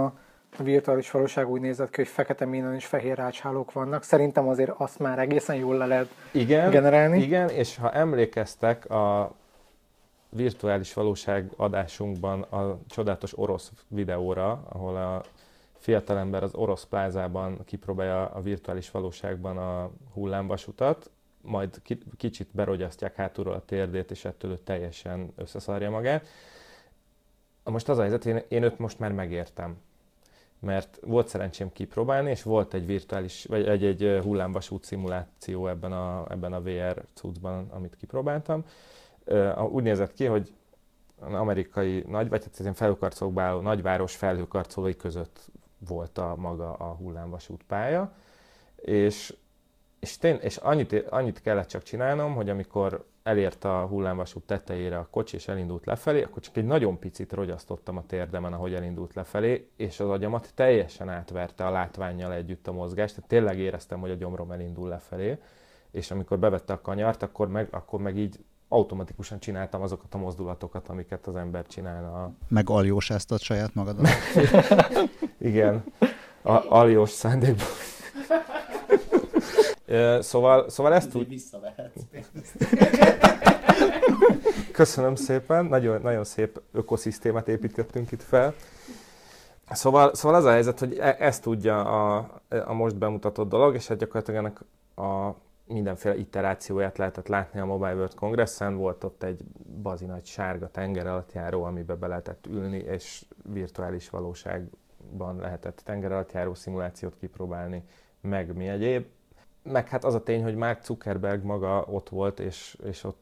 a virtuális valóság úgy nézett ki, hogy fekete minden és fehér rácshálók vannak. Szerintem azért azt már egészen jól le lehet igen, generálni. Igen, és ha emlékeztek, a virtuális valóság adásunkban a csodálatos orosz videóra, ahol a fiatalember az orosz plázában kipróbálja a virtuális valóságban a hullámvasutat, majd kicsit berogyasztják hátulról a térdét, és ettől ő teljesen összeszarja magát. Most az a helyzet, én, én őt most már megértem. Mert volt szerencsém kipróbálni, és volt egy virtuális, vagy egy, egy hullámvasút szimuláció ebben a, ebben a vé er cuccban, amit kipróbáltam. Úgy nézett ki, hogy az amerikai nagy, vagy hát felhőkarcolókba álló nagyváros felhőkarcolói között volt a maga a hullámvasút pálya, és, és, tény, és annyit, annyit kellett csak csinálnom, hogy amikor elérte a hullámvasút tetejére a kocsi, és elindult lefelé, akkor csak egy nagyon picit rogyasztottam a térdemen, ahogy elindult lefelé, és az agyamat teljesen átverte a látvánnyal együtt a mozgást, tehát tényleg éreztem, hogy a gyomrom elindul lefelé, és amikor bevette a kanyart, akkor meg, akkor meg így automatikusan csináltam azokat a mozdulatokat, amiket az ember csinálna. Meg aljósáztad saját magadat? Igen, a, aljós szándékban. Szóval, szóval ezt úgy... Visszavehetsz pénzt. Köszönöm szépen, nagyon, nagyon szép ökoszisztémát építettünk itt fel. Szóval, szóval az a helyzet, hogy e, ezt tudja a, a most bemutatott dolog, és hát gyakorlatilag ennek a mindenféle iterációját lehetett látni a Mobile World Congressen. Volt ott egy bazi nagy sárga tengeralattjáró, amiben be lehetett ülni, és virtuális valóságban lehetett tengeralattjáró szimulációt kipróbálni, meg mi egyéb. Meg hát az a tény, hogy Mark Zuckerberg maga ott volt, és, és ott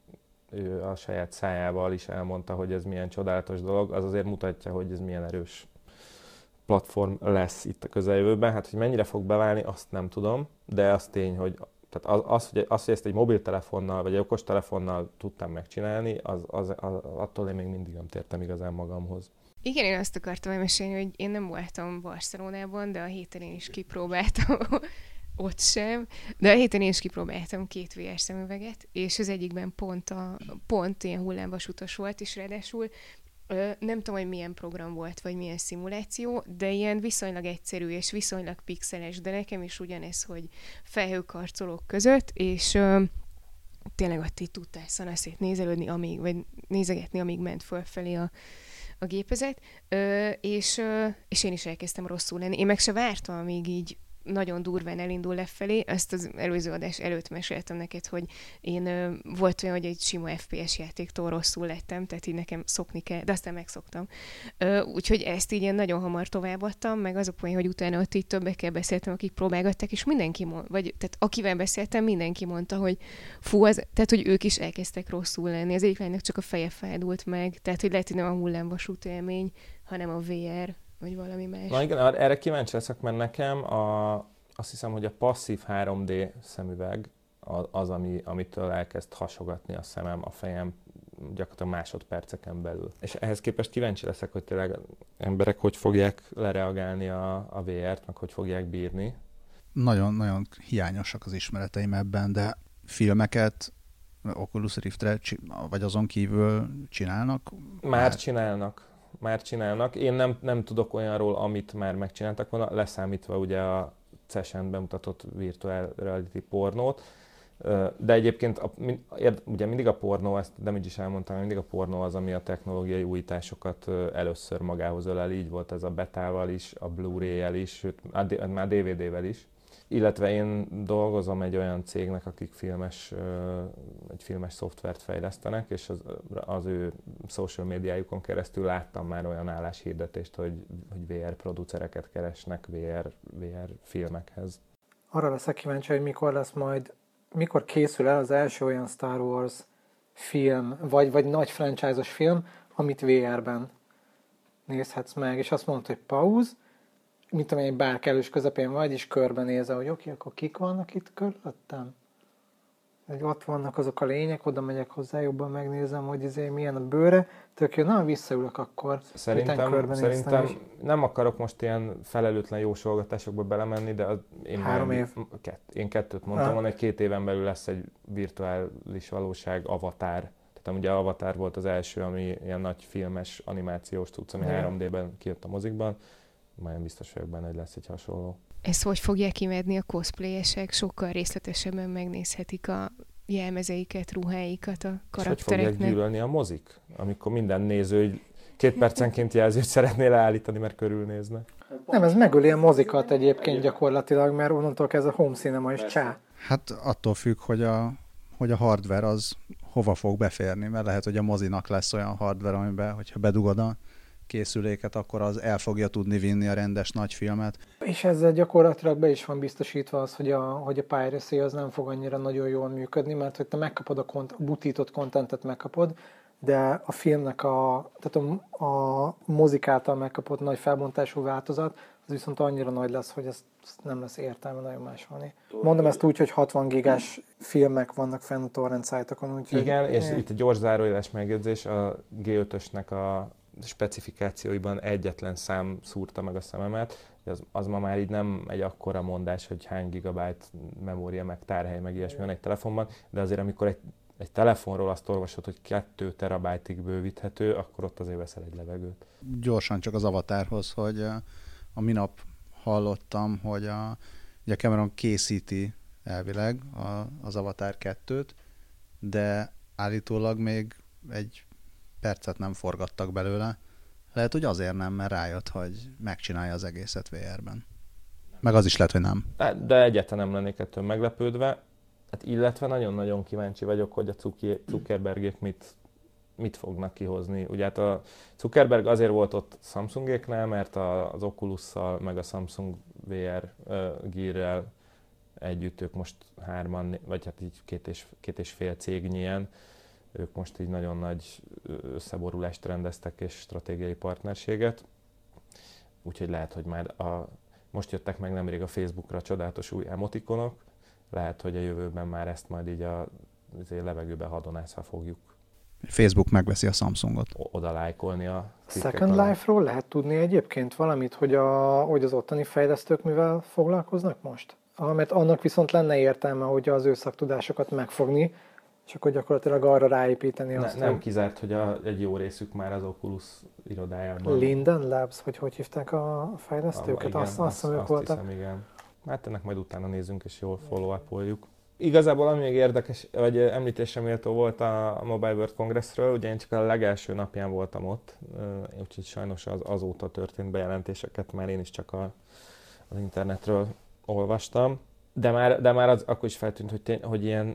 ő a saját szájával is elmondta, hogy ez milyen csodálatos dolog, az azért mutatja, hogy ez milyen erős platform lesz itt a közeljövőben. Hát, hogy mennyire fog beválni, azt nem tudom, de az tény, hogy, tehát az, az, hogy, az, hogy ezt egy mobiltelefonnal vagy egy okostelefonnal tudtam megcsinálni, az, az, az, attól én még mindig nem tértem igazán magamhoz. Igen, én azt akartam elmesélni, hogy én nem voltam Barcelonában, de a héten én is kipróbáltam ott sem, de a héten én is kipróbáltam két vé er szemüveget, és az egyikben pont, a, pont ilyen hullámvasutas volt, és ráadásul nem tudom, hogy milyen program volt, vagy milyen szimuláció, de ilyen viszonylag egyszerű és viszonylag pixeles, de nekem is ugyanez, hogy felhőkarcolók között, és ö, tényleg ott így tudtál szanaszét nézelődni, amíg, vagy nézegetni, amíg ment fölfelé a, a gépezet, ö, és, ö, és én is elkezdtem rosszul lenni. Én meg se vártam, amíg így nagyon durván elindul lefelé. Ezt az előző adás előtt meséltem neked, hogy én ö, volt olyan, hogy egy sima ef pé es játéktól rosszul lettem, tehát így nekem szokni kell, de aztán megszoktam. Ö, úgyhogy ezt így én nagyon hamar továbbadtam, meg az a poén, hogy utána ott így többekkel beszéltem, akik próbálgatták, és mindenki mond, vagy tehát akivel beszéltem, mindenki mondta, hogy fú, az, tehát hogy ők is elkezdtek rosszul lenni. Az egyik lánynak csak a feje fájdult meg, tehát hogy lehet, hogy nem a hullámvasút élmény, hanem a vé er. Vagy valami más. Na igen, erre kíváncsi leszek, mert nekem a, azt hiszem, hogy a passzív három dé szemüveg az, ami, amitől elkezd hasogatni a szemem, a fejem gyakorlatilag másodperceken belül. És ehhez képest kíváncsi leszek, hogy tényleg emberek hogy fogják lereagálni a, a vé ert, meg hogy fogják bírni. Nagyon-nagyon hiányosak az ismereteim ebben, de filmeket Oculus Riftre vagy azon kívül csinálnak? Már, már csinálnak. Már csinálnak. Én nem, nem tudok olyanról, amit már megcsináltak volna, leszámítva ugye a Cesen bemutatott virtual reality pornót. De egyébként a, ugye mindig a pornó, ezt nem így is elmondtam, mindig a pornó az, ami a technológiai újításokat először magához ölel. Így volt ez a betával is, a Blu-ray-jel is, sőt már dé vé dé-vel is. Illetve én dolgozom egy olyan cégnek, akik filmes, egy filmes szoftvert fejlesztenek, és az, az ő social médiájukon keresztül láttam már olyan álláshirdetést, hogy, hogy vé er producereket keresnek vé er, vé er filmekhez. Arra leszek kíváncsi, hogy mikor lesz majd, mikor készül el az első olyan Star Wars film, vagy, vagy nagy franchise-os film, amit vé er-ben nézhetsz meg, és azt mondod, hogy pauz, mint tudom, egy bár kellős közepén vagy, és körbenézel, hogy oké, okay, akkor kik vannak itt körülöttem? Hogy ott vannak azok a lények, oda megyek hozzá, jobban megnézem, hogy izé milyen a bőre, tök jó, na, visszaülök akkor. Szerintem, szerintem nem akarok most ilyen felelőtlen jósolgatásokba belemenni, de az, én, Három év. Kett, én kettőt mondtam, hogy két éven belül lesz egy virtuális valóság Avatar. Tehát ugye Avatar volt az első, ami ilyen nagy filmes, animációs tudsz, ami három dé-ben kijött a mozikban. majd biztos vagyok benne, hogy lesz egy hasonló. Ezt hogy fogják kivedni a cosplayesek? Sokkal részletesebben megnézhetik a jelmezeiket, ruháikat a karaktereknek. És hogy fogják gyűlölni a mozik? Amikor minden néző két percenként jelzi, hogy szeretné leállítani, mert körülnéznek. Nem, ez megöli a mozikat egyébként gyakorlatilag, mert onnantól kezdve a home cinema is csá. Hát attól függ, hogy a, hogy a hardware az hova fog beférni, mert lehet, hogy a mozinak lesz olyan hardware, amiben, hogyha bedugod a készüléket, akkor az el fogja tudni vinni a rendes nagyfilmet. És ezzel gyakorlatilag be is van biztosítva az, hogy a, hogy a piracy az nem fog annyira nagyon jól működni, mert hogy te megkapod a, kont- a butított contentet megkapod, de a filmnek a, tehát a, a mozik által megkapott nagy felbontású változat, az viszont annyira nagy lesz, hogy ez nem lesz értelme nagyon másolni. Mondom ezt úgy, hogy hatvan gigás filmek vannak fenn a torrent szájtokon. Úgyhogy... Igen, és itt egy gyors zárójeles megjegyzés, a gé ötösnek a specifikációiban egyetlen szám szúrta meg a szememet, az, az ma már így nem egy akkora mondás, hogy hány gigabyte memória, meg tárhely, meg ilyesmi van egy telefonban, de azért amikor egy, egy telefonról azt olvasod, hogy kettő terabájtig bővíthető, akkor ott azért veszel egy levegőt. Gyorsan csak az Avatarhoz, hogy a minap hallottam, hogy a, ugye Cameron készíti elvileg a, az Avatar kettőt, de állítólag még egy percet nem forgattak belőle. Lehet, hogy azért nem, mert rájött, hogy megcsinálja az egészet vé er-ben. Meg az is lehet, hogy nem. De, de egyáltalán nem lennék ettől meglepődve. Hát illetve nagyon-nagyon kíváncsi vagyok, hogy a Zuckerbergék mit, mit fognak kihozni. Ugye hát a Zuckerberg azért volt ott Samsungéknál, mert az Oculusszal, meg a Samsung vé er uh, Gear-rel együtt ők most hárman, vagy hát így két és, két és fél cégnyien, ők most így nagyon nagy összeborulást rendeztek és stratégiai partnerséget. Úgyhogy lehet, hogy már a, most jöttek meg nemrég a Facebookra csodálatos új emotikonok, lehet, hogy a jövőben már ezt majd így a azért levegőben hadonászva fogjuk. Facebook megveszi a Samsungot. Oda lájkolni a Second Life-ról lehet tudni egyébként valamit, hogy, a, hogy az ottani fejlesztők mivel foglalkoznak most? Ah, mert annak viszont lenne értelme, hogy az ő szaktudásokat megfogni, és akkor gyakorlatilag arra ráépíteni ne, azt. Nem kizárt, hogy a, egy jó részük már az Oculus irodájában. Linden Labs, hogy hogy hívták a fejlesztőket? Ah, azt azt, azt, azt voltak. Hiszem, igen. Hát ennek majd utána nézzünk, és jól follow-upoljuk. Igazából ami még érdekes, vagy említésre méltó volt a Mobile World Congressről, ugye én csak a legelső napján voltam ott, úgyhogy sajnos az, azóta történt bejelentéseket már én is csak a, az internetről olvastam. De már, de már az, akkor is feltűnt, hogy, tény, hogy ilyen,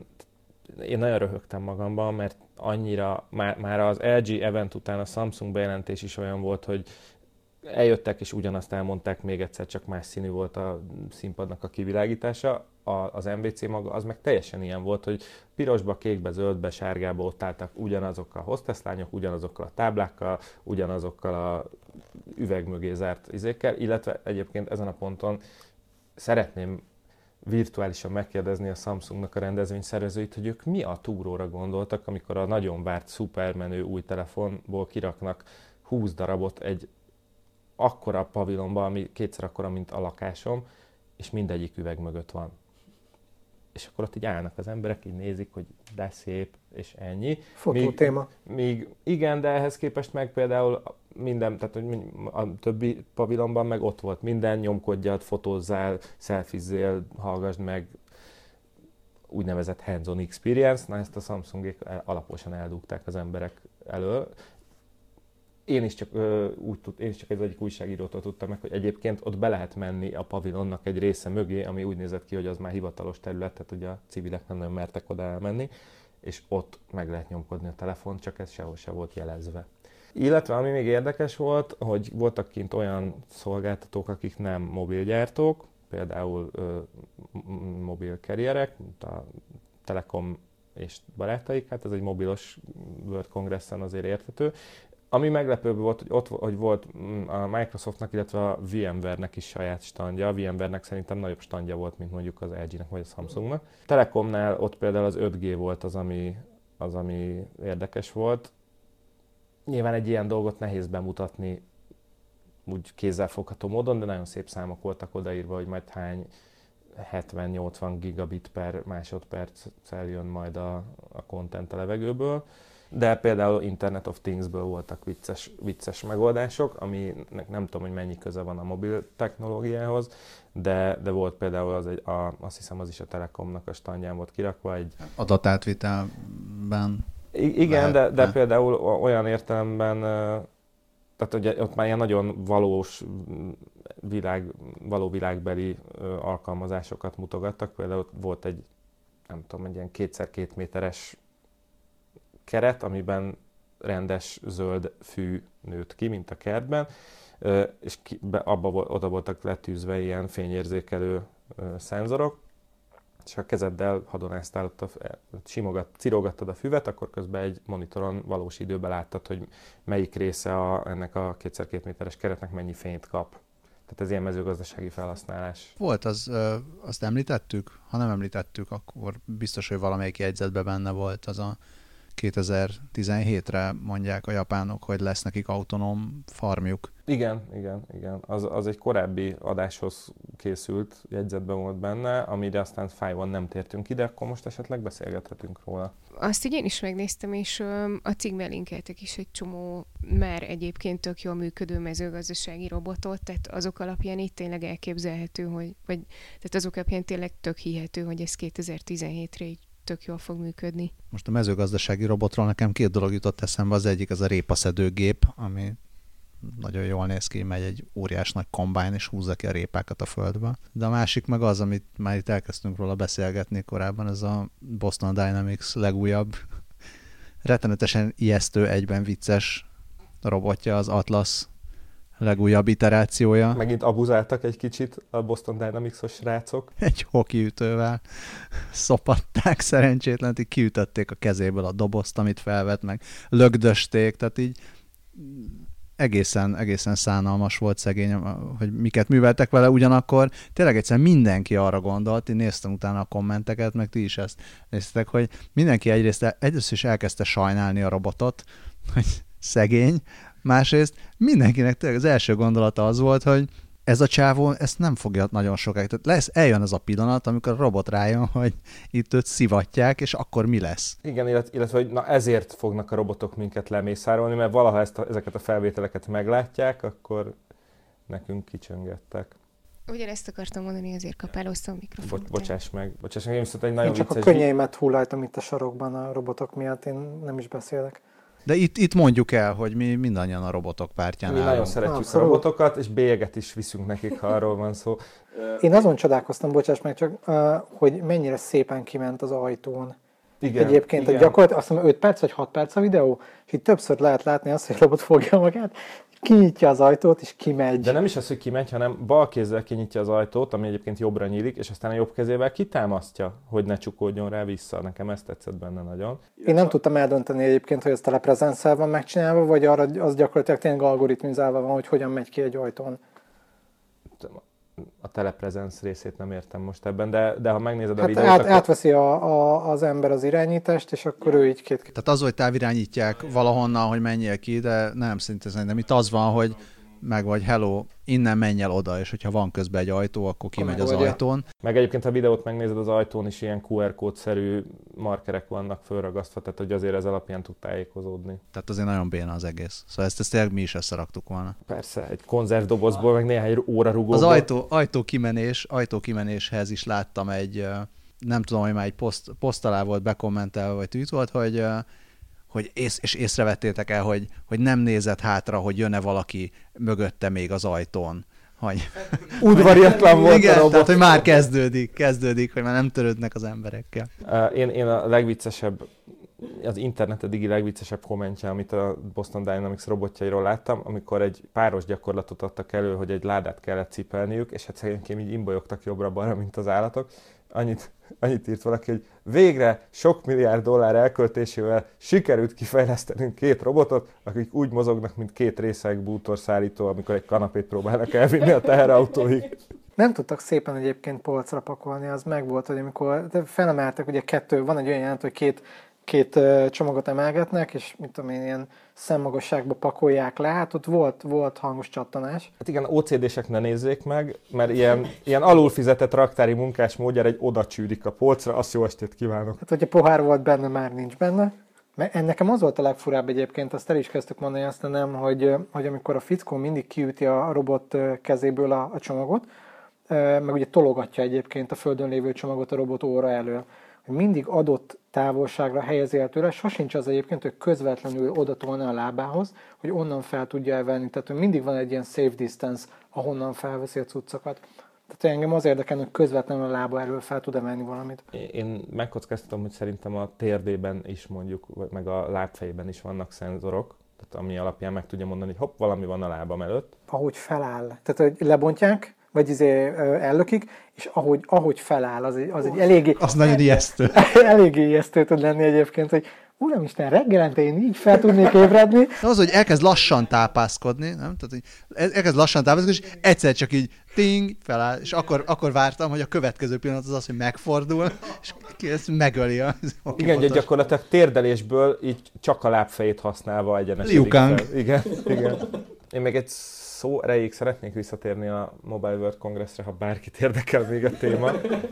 én nagyon röhögtem magamban, mert annyira, már, már az el gé event után a Samsung bejelentés is olyan volt, hogy eljöttek és ugyanazt elmondták, még egyszer csak más színű volt a színpadnak a kivilágítása. A, az em vé cé maga az meg teljesen ilyen volt, hogy pirosba, kékbe, zöldbe, sárgába ott álltak ugyanazokkal a hostesslányok, ugyanazokkal a táblákkal, ugyanazokkal a üveg mögé zárt izékkel, illetve egyébként ezen a ponton szeretném virtuálisan megkérdezni a Samsungnak a rendezvényszervezőit, hogy ők mi a túróra gondoltak, amikor a nagyon várt szupermenő új telefonból kiraknak húsz darabot egy akkora pavilonba, ami kétszer akkora, mint a lakásom, és mindegyik üveg mögött van. És akkor ott így állnak az emberek, így nézik, hogy de szép, és ennyi. Fotótéma. Míg, míg igen, de ehhez képest meg például minden, tehát a többi pavilonban meg ott volt minden, nyomkodjad, fotózzál, selfizzél, hallgassd meg, úgynevezett hands-on experience, na ezt a Samsungék alaposan eldugták az emberek elől. Én is csak úgy tud, én is csak egy egyik újságírótól tudtam meg, hogy egyébként ott be lehet menni a pavilonnak egy része mögé, ami úgy nézett ki, hogy az már hivatalos terület, tehát ugye a civilek nem nagyon mertek oda elmenni, és ott meg lehet nyomkodni a telefont, csak ez sehol se volt jelezve. Illetve ami még érdekes volt, hogy voltak kint olyan szolgáltatók, akik nem mobilgyártók, például ö, mobil carrierek, mint a Telekom és barátaik, hát ez egy mobilos World Congressen azért érthető. Ami meglepőbb volt, hogy ott hogy volt a Microsoftnak, illetve a VMware-nek is saját standja. A VMware-nek szerintem nagyobb standja volt, mint mondjuk az el gé-nek vagy a Samsungnak. Telekomnál ott például az öt G volt az, ami, az, ami érdekes volt. Nyilván egy ilyen dolgot nehéz bemutatni úgy kézzelfogható módon, de nagyon szép számok voltak odaírva, hogy majd hány hetven-nyolcvan gigabit per másodperccel jön majd a, a content a levegőből. de például Internet of Things-ből voltak vicces, vicces megoldások, aminek nem tudom, hogy mennyi köze van a mobil technológiához, de, de volt például az egy, a, azt hiszem az is a Telekomnak a standján volt kirakva egy... Adatátvitelben. I- igen, de, de például olyan értelemben, tehát ugye ott már ilyen nagyon valós világ, való világbeli alkalmazásokat mutogattak. Például volt egy, nem tudom, egy ilyen kétszer két méteres keret, amiben rendes zöld fű nőtt ki, mint a kertben, és ki, be, abba, oda voltak letűzve ilyen fényérzékelő szenzorok, és ha a kezeddel hadonáztál, ott a, simogat, cirogattad a füvet, akkor közben egy monitoron valós időben láttad, hogy melyik része a, ennek a kétszer két méteres keretnek mennyi fényt kap. Tehát ez ilyen mezőgazdasági felhasználás. Volt, az, ö, azt említettük? Ha nem említettük, akkor biztos, hogy valamelyik jegyzetben benne volt az a kétezer-tizenhétre mondják a japánok, hogy lesz nekik autonóm farmjuk. Igen, igen, igen. Az, az egy korábbi adáshoz készült, jegyzetben volt benne, amire aztán fájban nem tértünk ide, akkor most esetleg beszélgethetünk róla. Azt így én is megnéztem, és a cikkben linkeltek is egy csomó már egyébként tök jól működő mezőgazdasági robotot, tehát azok alapján itt tényleg elképzelhető, hogy, vagy, tehát azok alapján tényleg tök hihető, hogy ez kétezer-tizenhétre így tök jól fog működni. Most a mezőgazdasági robotról nekem két dolog jutott eszembe. Az egyik az a répaszedőgép, ami nagyon jól néz ki, megy egy óriás nagy kombájn, és húzza ki a répákat a földbe. De a másik meg az, amit már itt elkezdtünk róla beszélgetni korábban, ez a Boston Dynamics legújabb, rettenetesen ijesztő, egyben vicces robotja, az Atlas legújabb iterációja. Megint abuzáltak egy kicsit a Boston Dynamics-os srácok. Egy hokiütővel szopatták szerencsétlen, így kiütötték a kezéből a dobozt, amit felvett, meg lögdösték, tehát így egészen, egészen szánalmas volt szegény, hogy miket műveltek vele, ugyanakkor tényleg egyszer mindenki arra gondolt, én néztem utána a kommenteket, meg ti is ezt néztek, hogy mindenki egyrészt, egyrészt is elkezdte sajnálni a robotot, hogy szegény, másrészt mindenkinek tényleg az első gondolata az volt, hogy ez a csávó, ezt nem fogja nagyon sokáig. Tehát lesz, eljön az a pillanat, amikor a robot rájön, hogy itt őt szivatják, és akkor mi lesz? Igen, illetve, illetve hogy na ezért fognak a robotok minket lemészárolni, mert valaha ezt a, ezeket a felvételeket meglátják, akkor nekünk kicsöngettek. Ugyanezt akartam mondani, azért kapálóztam a mikrofont. Bo- bocsáss meg, bocsáss meg, én viszont egy nagyon én csak vicces... a könnyeimet hullajtam itt a sarokban a robotok miatt, én nem is beszélek. De itt, itt mondjuk el, hogy mi mindannyian a robotok pártján Mi állunk. nagyon szeretjük Abszolút. a robotokat, és bélyeget is viszünk nekik, ha arról van szó. Én azon csodálkoztam, bocsáss meg csak, hogy mennyire szépen kiment az ajtón. Igen, Egyébként igen. gyakorlatilag azt mondom, öt perc vagy hat perc a videó, és itt többször lehet látni azt, hogy a robot fogja magát, kinyitja az ajtót, és kimegy. De nem is az, hogy kimegy, hanem bal kézzel kinyitja az ajtót, ami egyébként jobbra nyílik, és aztán a jobb kezével kitámasztja, hogy ne csukódjon rá vissza. Nekem ez tetszett benne nagyon. Én nem tudtam eldönteni egyébként, hogy ez teleprezenszel van megcsinálva, vagy arra az gyakorlatilag tényleg algoritmizálva van, hogy hogyan megy ki egy ajtón. A telepresence részét nem értem most ebben, de, de ha megnézed a Hát videót, át, akkor... átveszi a, a, az ember az irányítást, és akkor ő így két... Tehát az, hogy távirányítják valahonnan, hogy menjél ki, de nem, szinte szerintem itt az van, hogy meg vagy hello, innen menj el oda, és hogyha van közben egy ajtó, akkor kimegy az megoldja. ajtón. Meg egyébként, ha a videót megnézed, az ajtón is ilyen kú er kódszerű markerek vannak fölragasztva, tehát hogy azért ez alapján tud tájékozódni. Tehát azért nagyon béna az egész. Szóval ezt, ezt tényleg mi is összeraktuk volna. Persze, egy konzervdobozból, meg néhány óra rugóból. Az ajtó, ajtó kimenés, ajtó kimenéshez is láttam egy, ö, nem tudom, hogy már egy poszt, poszt alá volt bekommentelve, vagy tweet volt, hogy, ö, hogy ész, és észrevettétek el, hogy, hogy nem nézett hátra, hogy jön-e valaki mögötte még az ajtón. Hogy... Udvariatlan volt Igen, a robot. tehát, hogy már kezdődik, kezdődik, hogy már nem törődnek az emberekkel. Uh, én, én a legviccesebb, az internet eddigi legviccesebb kommentje, amit a Boston Dynamics robotjairól láttam, amikor egy páros gyakorlatot adtak elő, hogy egy ládát kellett cipelniük, és hát szerintem így imbolyogtak jobbra-balra, mint az állatok. Annyit, annyit írt valaki, hogy végre sok milliárd dollár elköltésével sikerült kifejlesztenünk két robotot, akik úgy mozognak, mint két részeg bútorszállító, amikor egy kanapét próbálnak elvinni a teherautóig. Nem tudtak szépen egyébként polcra pakolni, az meg volt, hogy amikor felemeltek, ugye kettő, van egy olyan jelent, hogy két, két csomagot emelgetnek, és mit tudom én, ilyen szemmagasságba pakolják le, hát ott volt, volt hangos csattanás. Hát igen, ó cé dések ne nézzék meg, mert ilyen, ilyen alulfizetett raktári munkás módjára egy oda csűrik a polcra, azt jó estét kívánok. Hát, hogyha pohár volt benne, már nincs benne. Mert nekem az volt a legfurább egyébként, azt el is kezdtük mondani, aztán nem, hogy, hogy amikor a fickó mindig kiüti a robot kezéből a, a csomagot, meg ugye tologatja egyébként a földön lévő csomagot a robot óra elől, hogy mindig adott távolságra helyezi el tőle, sosincs az egyébként, hogy közvetlenül oda tolna a lábához, hogy onnan fel tudja elvenni. Tehát hogy mindig van egy ilyen safe distance, ahonnan felveszi a cuccokat. Tehát engem az érdekel, hogy közvetlenül a lába elől fel tud emelni valamit. Én megkockáztatom, hogy szerintem a térdében is mondjuk, meg a lábfejében is vannak szenzorok, tehát ami alapján meg tudja mondani, hogy hopp, valami van a lábam előtt. Ahogy feláll. Tehát, hogy lebontják, vagy izé ellökik, és ahogy, ahogy feláll, az egy, az egy eléggé... Az nagyon ijesztő. Eléggé ijesztő tud lenni egyébként, hogy Uramisten, reggelente én így fel tudnék ébredni. Az, hogy elkezd lassan tápászkodni, nem? Tehát, hogy elkezd lassan tápászkodni, és egyszer csak így ting, feláll, és akkor, akkor vártam, hogy a következő pillanat az az, hogy megfordul, és ezt megöli a... Igen, hogy gyakorlatilag térdelésből így csak a lábfejét használva egyenesedik. Liu Kang. Igen, igen. Én még egy szó erejéig szeretnék visszatérni a Mobile World Congressre, ha bárkit érdekel még a téma.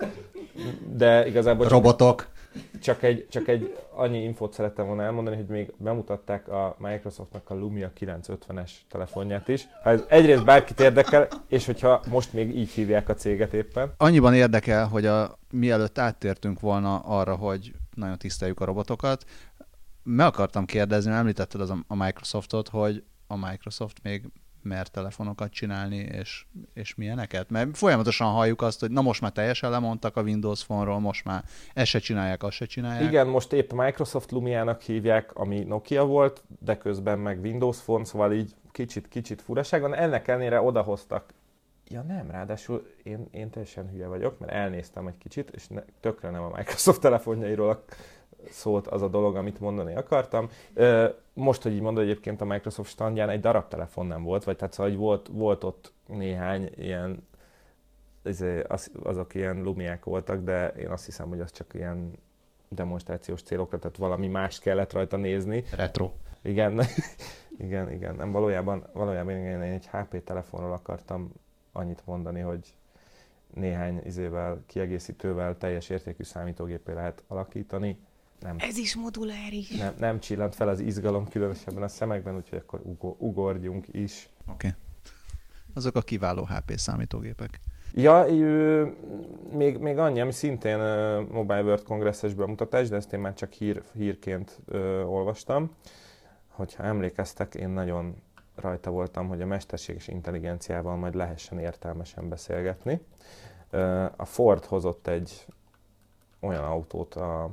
De igazából... Robotok. Csak egy, csak egy annyi infót szerettem volna elmondani, hogy még bemutatták a Microsoftnak a Lumia kilencszázötvenes telefonját is. Ha ez egyrészt bárkit érdekel, és hogyha most még így hívják a céget éppen. Annyiban érdekel, hogy a, mielőtt áttértünk volna arra, hogy nagyon tiszteljük a robotokat, meg akartam kérdezni, említetted az a Microsoftot, hogy a Microsoft még mer telefonokat csinálni, és, és milyeneket? Mert folyamatosan halljuk azt, hogy na most már teljesen lemondtak a Windows Phone-ról, most már ezt se csinálják, azt se csinálják. Igen, most épp Microsoft Lumiának hívják, ami Nokia volt, de közben meg Windows Phone, szóval így kicsit-kicsit furaság van. Ennek ellenére odahoztak. Ja nem, ráadásul én, én teljesen hülye vagyok, mert elnéztem egy kicsit, és ne, tökre nem a Microsoft telefonjairól szólt az a dolog, amit mondani akartam. Most, hogy így mondod, egyébként a Microsoft standján egy darab telefon nem volt, vagy tehát szóval, hogy volt, volt ott néhány ilyen, az, azok ilyen Lumiák voltak, de én azt hiszem, hogy az csak ilyen demonstrációs célokra, tehát valami mást kellett rajta nézni. Retro. Igen, igen, igen. Nem, valójában, valójában én egy há pé telefonról akartam annyit mondani, hogy néhány izével, kiegészítővel teljes értékű számítógépé lehet alakítani. Nem, Ez is moduláris. Nem, nem csillant fel az izgalom, különösebben a szemekben, úgyhogy akkor ugor, ugorjunk is. Oké. Okay. Azok a kiváló há pé számítógépek. Ja, ő, még, még annyi, ami szintén uh, Mobile World Congress-es bemutatás, de ezt én már csak hír, hírként uh, olvastam. Hogyha emlékeztek, én nagyon rajta voltam, hogy a mesterséges intelligenciával majd lehessen értelmesen beszélgetni. Uh, a Ford hozott egy olyan autót a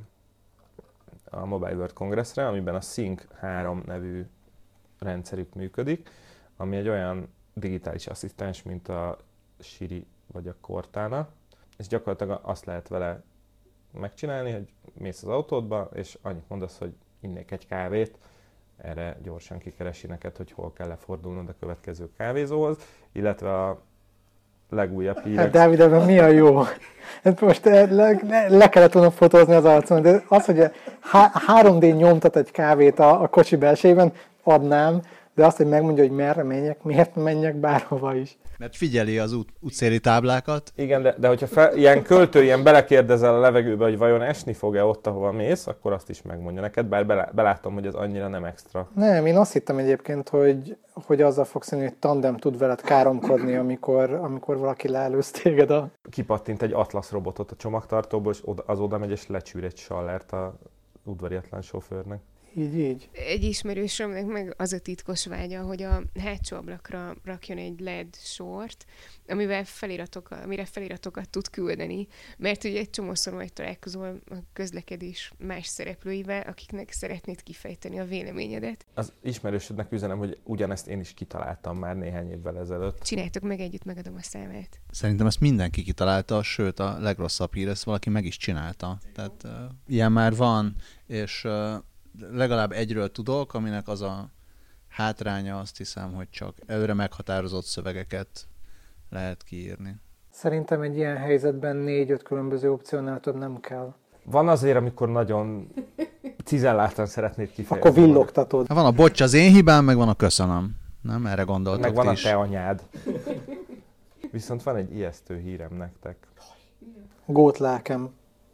a Mobile World Congressre, amiben a Sync három nevű rendszerük működik, ami egy olyan digitális asszisztens, mint a Siri vagy a Cortana, és gyakorlatilag azt lehet vele megcsinálni, hogy mész az autódba, és annyit mondasz, hogy innék egy kávét, erre gyorsan kikeresi neked, hogy hol kell lefordulnod a következő kávézóhoz, illetve a legújabb hírek. Hát Dávid, ebben mi a jó? Hát most le, le, le kellett volna fotózni az arcon, de az, hogy három dé nyomtat egy kávét a, a kocsi belsejében, adnám, de azt, hogy megmondja, hogy merre menjek, miért menjek bárhova is. Mert figyeli az út, útszéli táblákat. Igen, de, de hogyha fel, ilyen költő, ilyen belekérdezel a levegőbe, hogy vajon esni fog-e ott, ahova mész, akkor azt is megmondja neked, bár belá, belátom, hogy ez annyira nem extra. Nem, én azt hittem egyébként, hogy, hogy azzal fogsz színni, hogy tandem tud veled káromkodni, amikor, amikor valaki leelőz téged a... Kipattint egy Atlas robotot a csomagtartóból, és az oda megy, és lecsűr egy sallert a udvariatlan sofőrnek. Így, így. Egy ismerősömnek meg az a titkos vágya, hogy a hátsó ablakra rakjon egy el é dé sort, amivel feliratok, amire feliratokat tud küldeni, mert ugye egy csomószor majd találkozol a közlekedés más szereplőivel, akiknek szeretnéd kifejteni a véleményedet. Az ismerősödnek üzenem, hogy ugyanezt én is kitaláltam már néhány évvel ezelőtt. Csináltok meg együtt, megadom a számát. Szerintem ezt mindenki kitalálta, sőt a legrosszabb hír, ezt valaki meg is csinálta. Tehát uh, ilyen már van, és uh, legalább egyről tudok, aminek az a hátránya, azt hiszem, hogy csak előre meghatározott szövegeket lehet kiírni. Szerintem egy ilyen helyzetben négy-öt különböző opciónál több nem kell. Van azért, amikor nagyon cizelláltan szeretnéd kifejezni. Akkor villogtatod. Van a bocs az én hibám, meg van a köszönöm. Nem? Erre gondoltok meg van a is. te anyád. Viszont van egy ijesztő hírem nektek. Gótlelkem.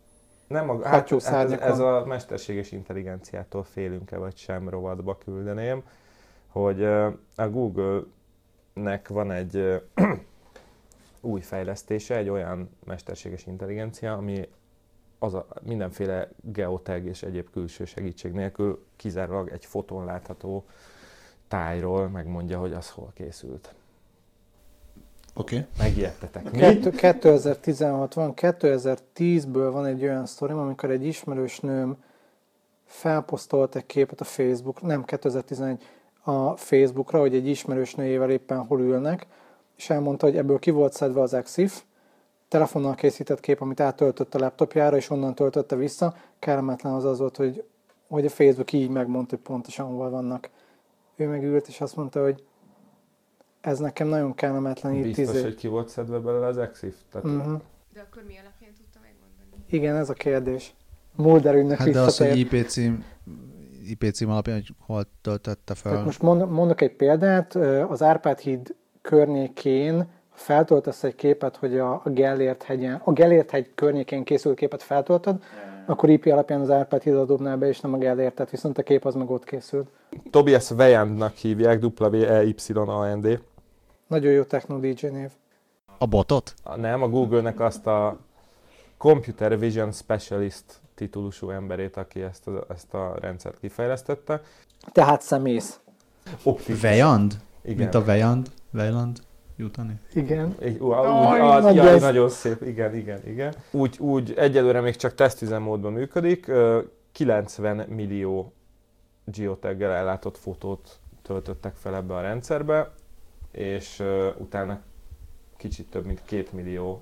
Nem a, hát, hát ez, ez a mesterséges intelligenciától félünk-e vagy sem rovatba küldeném, hogy a Google-nek van egy új fejlesztése, egy olyan mesterséges intelligencia, ami az a mindenféle geotag és egyéb külső segítség nélkül kizárólag egy fotón látható tájról megmondja, hogy az hol készült. Oké. Okay. Megijedtetek. kétezer-tizenhat van, kétezer-tízből van egy olyan sztorim, amikor egy ismerős nőm felposztolt egy képet a Facebook, nem kétezer-tizenegy, a Facebookra, hogy egy ismerős nőjével éppen hol ülnek, és elmondta, hogy ebből ki volt szedve az exif, telefonnal készített kép, amit áttöltött a laptopjára, és onnan töltötte vissza. Kellemetlen az az volt, hogy, hogy a Facebook így megmondta, hogy pontosan hol vannak. Ő megült, és azt mondta, hogy ez nekem nagyon kellemetlen. Itt Biztos, tíz... hogy ki volt szedve belőle az exif? Tehát... Uh-huh. De akkor mi alapján tudta megmondani? Igen, ez a kérdés. Mulder ügynek hát de az, hogy visszatért. I P cím, I P cím alapján, hogy hol töltötte fel. Tehát most mond, mondok egy példát, az Árpád híd környékén feltöltesz egy képet, hogy a, a Gellért hegyen, a Gellért hegy környékén készült képet feltöltöd, akkor I P alapján az Árpád hidat dobnál be, és nem a Gellértet, viszont a kép az meg ott készült. Tobias Weyandnak hívják, W E Y A N D. Nagyon jó techno dé dzsé név. A botot? Nem, a Google-nek azt a Computer Vision Specialist titulusú emberét, aki ezt a, ezt a rendszert kifejlesztette. Tehát szemész. Weyand? Igen. Mint a Weyand? Weyland? Jutani? Igen. Úgy, úgy, az, nagy jaj, ez. nagyon szép, igen, igen, igen. Úgy, úgy egyelőre még csak tesztüzemmódban működik. kilencven millió geotaggel ellátott fotót töltöttek fel ebbe a rendszerbe, és utána kicsit több mint két millió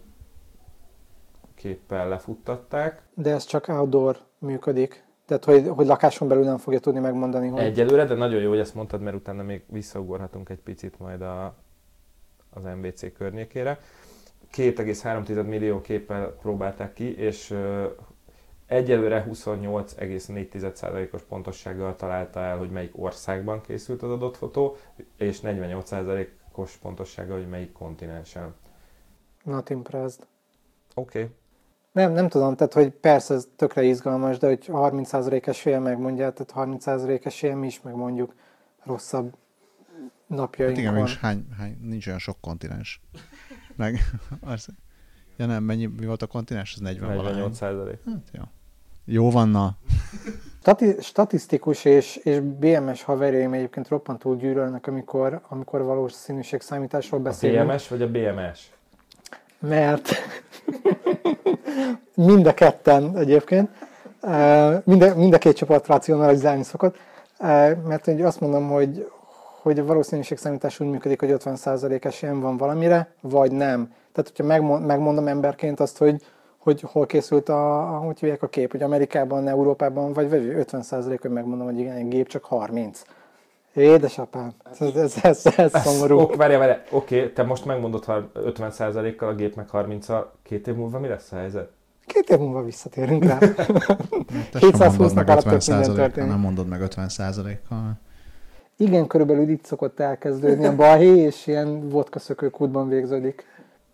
képpel lefuttatták. De ez csak outdoor működik. Tehát, hogy, hogy lakáson belül nem fogja tudni megmondani, hogy... Egyelőre, de nagyon jó, hogy ezt mondtad, mert utána még visszaugorhatunk egy picit majd a, az em bé cé környékére. két egész három millió képpel próbálták ki, és uh, egyelőre huszonnyolc egész négy százalékos pontossággal találta el, hogy melyik országban készült az adott fotó, és negyvennyolc százalékos pontossággal, hogy melyik kontinensen. Not impressed. Oké. Okay. Nem, nem tudom, tehát hogy persze ez tökre izgalmas, de hogy harminc százalék eséllyel megmondja, tehát harminc százalék eséllyel mi is megmondjuk rosszabb napjainkon. Hát igen, hány, hány, nincs olyan sok kontinens. Meg, az, ja nem, mennyi, mi volt a kontinens? Ez negyvennyolc százalék. Hát, jó. Jó van, na. Stati- statisztikus és, és bé em es haverjaim egyébként roppantul gyűlölnek, amikor, amikor valós színűségszámításról beszélünk. A bé em es vagy a bé em es? Mert mind a ketten egyébként, mind a, mind a két csoport racionalizálni szokott, mert hogy azt mondom, hogy, hogy a valószínűségszámítás úgy működik, hogy ötven százalék esélyen van valamire, vagy nem. Tehát, hogyha megmondom emberként azt, hogy, hogy hol készült a, a, hogy hívják a kép, hogy Amerikában, Európában, vagy ötven százalék, hogy megmondom, hogy igen, egy gép csak harminc. Édesapám, ez, ez, ez, ez szomorú. Oké, várjál, várjál, oké, te most megmondod ötven százalékkal, a gép meg harminccal, két év múlva mi lesz a helyzet? Két év múlva visszatérünk rá. hétszázhúsz nap alatt tök minden történik. Nem mondod meg ötven százalékkal. Igen, körülbelül itt szokott elkezdődni a balhé, és ilyen vodka szökőkútban végződik.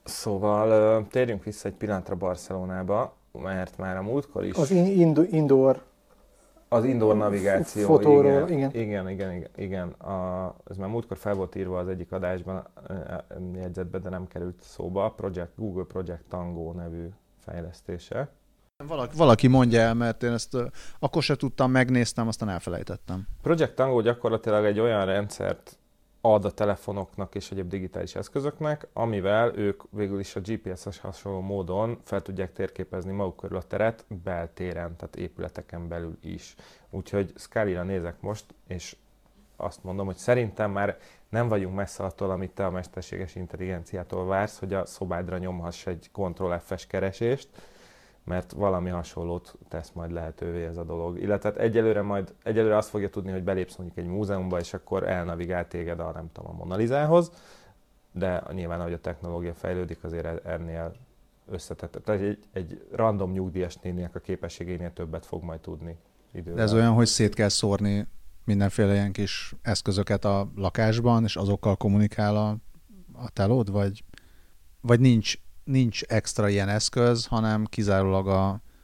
Szóval térjünk vissza egy pillanatra Barcelonába, mert már a múltkor is... Az in- indoor... Az indoor navigáció, fotóról, igen, igen. Igen, igen, igen. igen. A, ez már múltkor fel volt írva az egyik adásban, jegyzetbe, de nem került szóba. Project, Google Project Tango nevű fejlesztése. Valaki, valaki mondja el, mert én ezt uh, akkor se tudtam, megnéztem, aztán elfelejtettem. Project Tango gyakorlatilag egy olyan rendszert ad a telefonoknak és egyéb digitális eszközöknek, amivel ők végül is a gé pé es-es hasonló módon fel tudják térképezni maguk körül a teret beltéren, tehát épületeken belül is. Úgyhogy Scully-ra nézek most, és azt mondom, hogy szerintem már nem vagyunk messze attól, amit te a mesterséges intelligenciától vársz, hogy a szobádra nyomhass egy kontroll ef-es keresést, mert valami hasonlót tesz majd lehetővé ez a dolog. Illetve hát egyelőre majd egyelőre azt fogja tudni, hogy belépsz mondjuk egy múzeumba, és akkor elnavigál téged a, nem tudom, a Mona Lisához, de nyilván, ahogy a technológia fejlődik, azért ennél összetett. Tehát egy, egy random nyugdíjas néninek a képességénél többet fog majd tudni idővel. De ez olyan, hogy szét kell szórni mindenféle ilyen kis eszközöket a lakásban, és azokkal kommunikál a, a telód, vagy, vagy nincs nincs extra ilyen eszköz, hanem kizárólag a,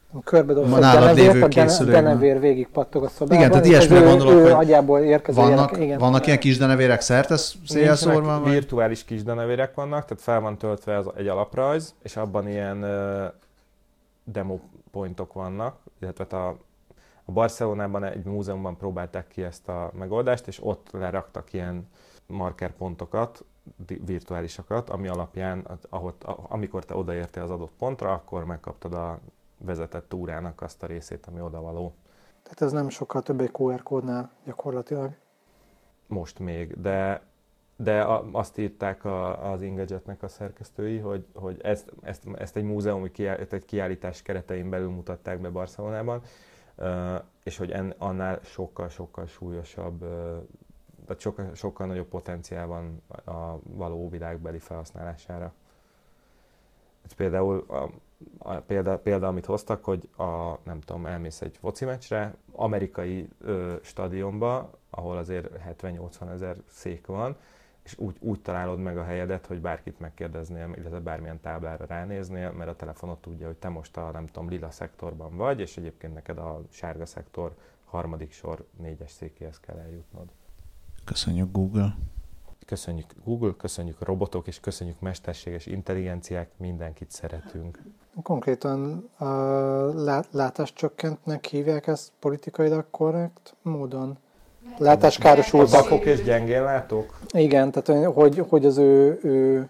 Körbedobsz Ma a nálad denevért, lévő a dene- készülékben. denevér végig pattog a szobában. Igen, tehát és ilyesmire az ő- gondolok, ő hogy agyából érkező vannak, jelek- igen. vannak ilyen kis denevérek szerte szélszórva? Nincsenek, virtuális kis denevérek vannak, tehát fel van töltve az egy alaprajz, és abban ilyen uh, demo pointok vannak, illetve a, a Barcelonában egy múzeumban próbálták ki ezt a megoldást, és ott leraktak ilyen markerpontokat, virtuálisakat, ami alapján, ahogy, amikor te odaértél az adott pontra, akkor megkaptad a vezetett túrának azt a részét, ami odavaló. Tehát ez nem sokkal több egy kú er kódnál gyakorlatilag. Most még, de, de a, azt írták a, az Engadgetnek a szerkesztői, hogy, hogy ezt, ezt, ezt egy múzeumi kiáll, egy kiállítás keretein belül mutatták be Barcelonában, és hogy en, annál sokkal-sokkal súlyosabb, tehát sokkal, sokkal nagyobb potenciál van a való világbeli felhasználására. Ez például a, a példa, példa, amit hoztak, hogy a, nem tudom, elmész egy foci meccsre, amerikai ö, stadionba, ahol azért hetven-nyolcvan ezer szék van, és úgy, úgy találod meg a helyedet, hogy bárkit megkérdeznél, illetve bármilyen táblára ránéznél, mert a telefonod tudja, hogy te most a, nem tudom, lila szektorban vagy, és egyébként neked a sárga szektor harmadik sor négyes székéhez kell eljutnod. Köszönjük Google. Köszönjük Google, köszönjük a robotok, és köszönjük mesterséges intelligenciák, mindenkit szeretünk. Konkrétan a látáscsökkentnek hívják ezt politikailag korrekt módon? Látáskárosultak. Vakok és gyengén látók? Igen, tehát hogy, hogy az ő, ő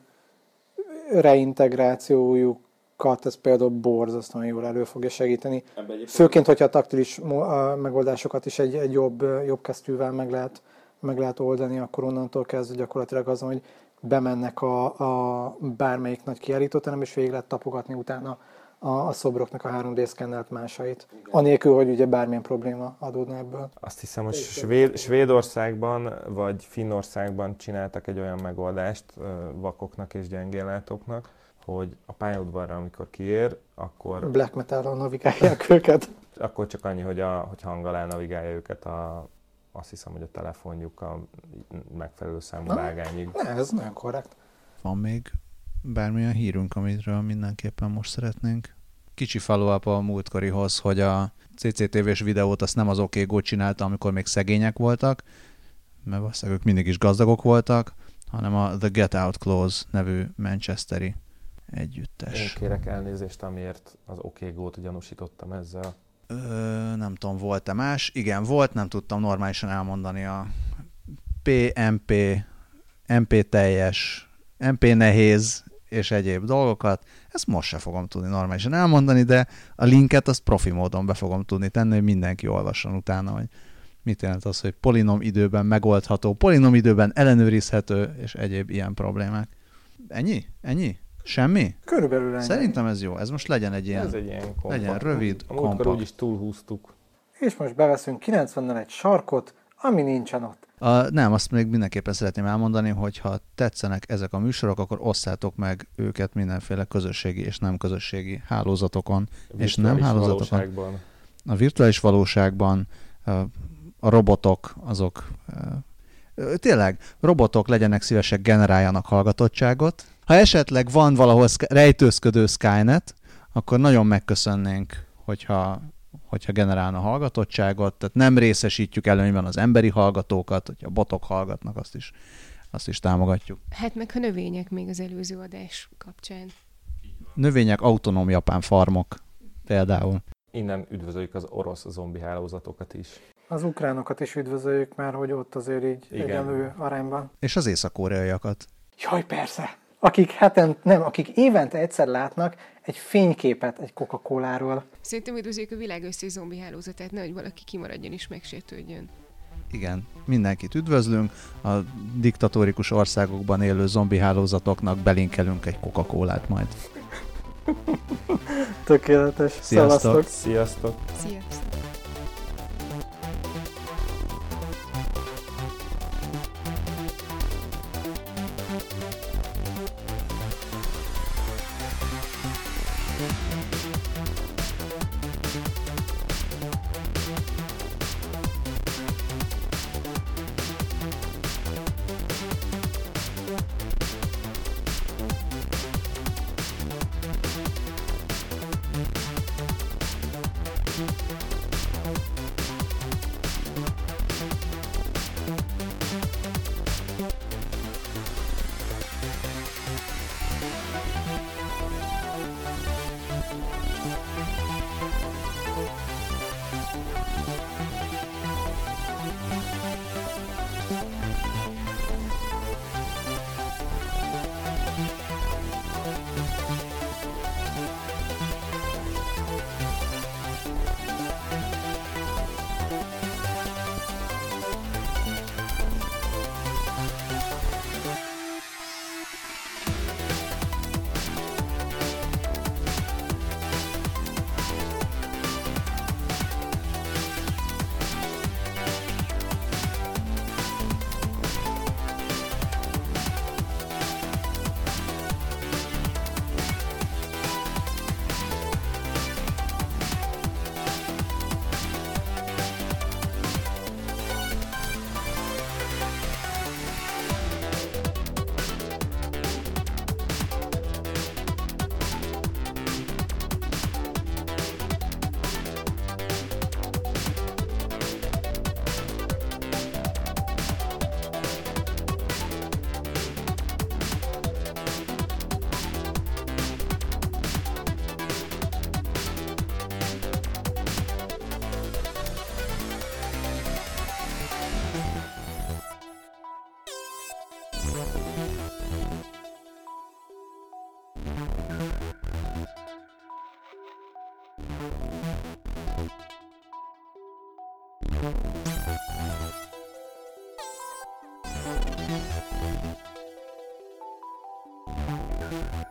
reintegrációjukat ez például borzasztóan jól elő fogja segíteni. Főként, hogyha a taktilis megoldásokat is egy, egy jobb, jobb kesztyűvel meg lehet, meg lehet oldani, akkor onnantól kezdve gyakorlatilag azon, hogy bemennek a, a bármelyik nagy kiállítóterem, és végig lehet tapogatni utána a, a szobroknak a három dé szkennelt másait. Anélkül, hogy ugye bármilyen probléma adódna ebből. Azt hiszem, hogy Svéd, Svédországban vagy Finnországban csináltak egy olyan megoldást vakoknak és gyengénlátóknak, hogy a pályaudvarra, amikor kiér, akkor... Black metalra navigálják őket. Akkor csak annyi, hogy, a, hogy hang alá navigálja őket a, azt hiszem, hogy a telefonjuk a megfelelő számú vágányig. Ne, ez nagyon korrekt. Van még bármilyen hírünk, amiről mindenképpen most szeretnénk? Kicsi follow-up a múltkorihoz, hogy a cé cé té vés videót azt nem az OK Go csinálta, amikor még szegények voltak, mert valószínűleg ők mindig is gazdagok voltak, hanem a The Get Out Clause nevű manchesteri együttes. Én kérek elnézést, amiért az OK Go-t gyanúsítottam ezzel. Ö, nem tudom, volt-e más? Igen, volt, nem tudtam normálisan elmondani a pé em pé, em pé teljes, em pé nehéz és egyéb dolgokat. Ezt most se fogom tudni normálisan elmondani, de a linket azt profi módon be fogom tudni tenni, hogy mindenki olvasson utána, hogy mit jelent az, hogy polinom időben megoldható, polinom időben ellenőrizhető, és egyéb ilyen problémák. Ennyi? Ennyi? Semmi? Körülbelül ennyi. Szerintem ez jó. Ez most legyen egy ilyen, ez egy ilyen kompakt. legyen rövid, a múltkor kompakt. úgyis túlhúztuk. És most beveszünk kilencvennel egy sarkot, ami nincsen ott. A, nem, azt még mindenképpen szeretném elmondani, hogy ha tetszenek ezek a műsorok, akkor osszátok meg őket mindenféle közösségi és nem közösségi hálózatokon, és nem hálózatokon. Valóságban. A virtuális valóságban a, a robotok, azok tényleg, robotok legyenek szívesek, generáljanak hallgatottságot. Ha esetleg van valahol rejtőzködő Skynet, akkor nagyon megköszönnénk, hogyha hogyha generálna hallgatottságot, tehát nem részesítjük előnyben az emberi hallgatókat, hogyha botok hallgatnak, azt is, azt is támogatjuk. Hát meg a növények még az előző adás kapcsán. Növények autonóm japán farmok például. Innen üdvözöljük az orosz zombi hálózatokat is. Az ukránokat is üdvözöljük már, hogy ott azért így Igen. egyenlő arányban. És az észak-koreaiakat. Jaj, persze! Akik heten, nem, akik évente egyszer látnak egy fényképet egy Coca-Coláról. Szerintem üdvözöljük a világ összes zombi hálózatát, nehogy valaki kimaradjon és megsértődjön. Igen, mindenkit üdvözlünk. A diktatórikus országokban élő zombi hálózatoknak belinkelünk egy Coca-Colát majd. Tökéletes. Sziasztok. Szevasztok. Sziasztok! Sziasztok! Sziasztok!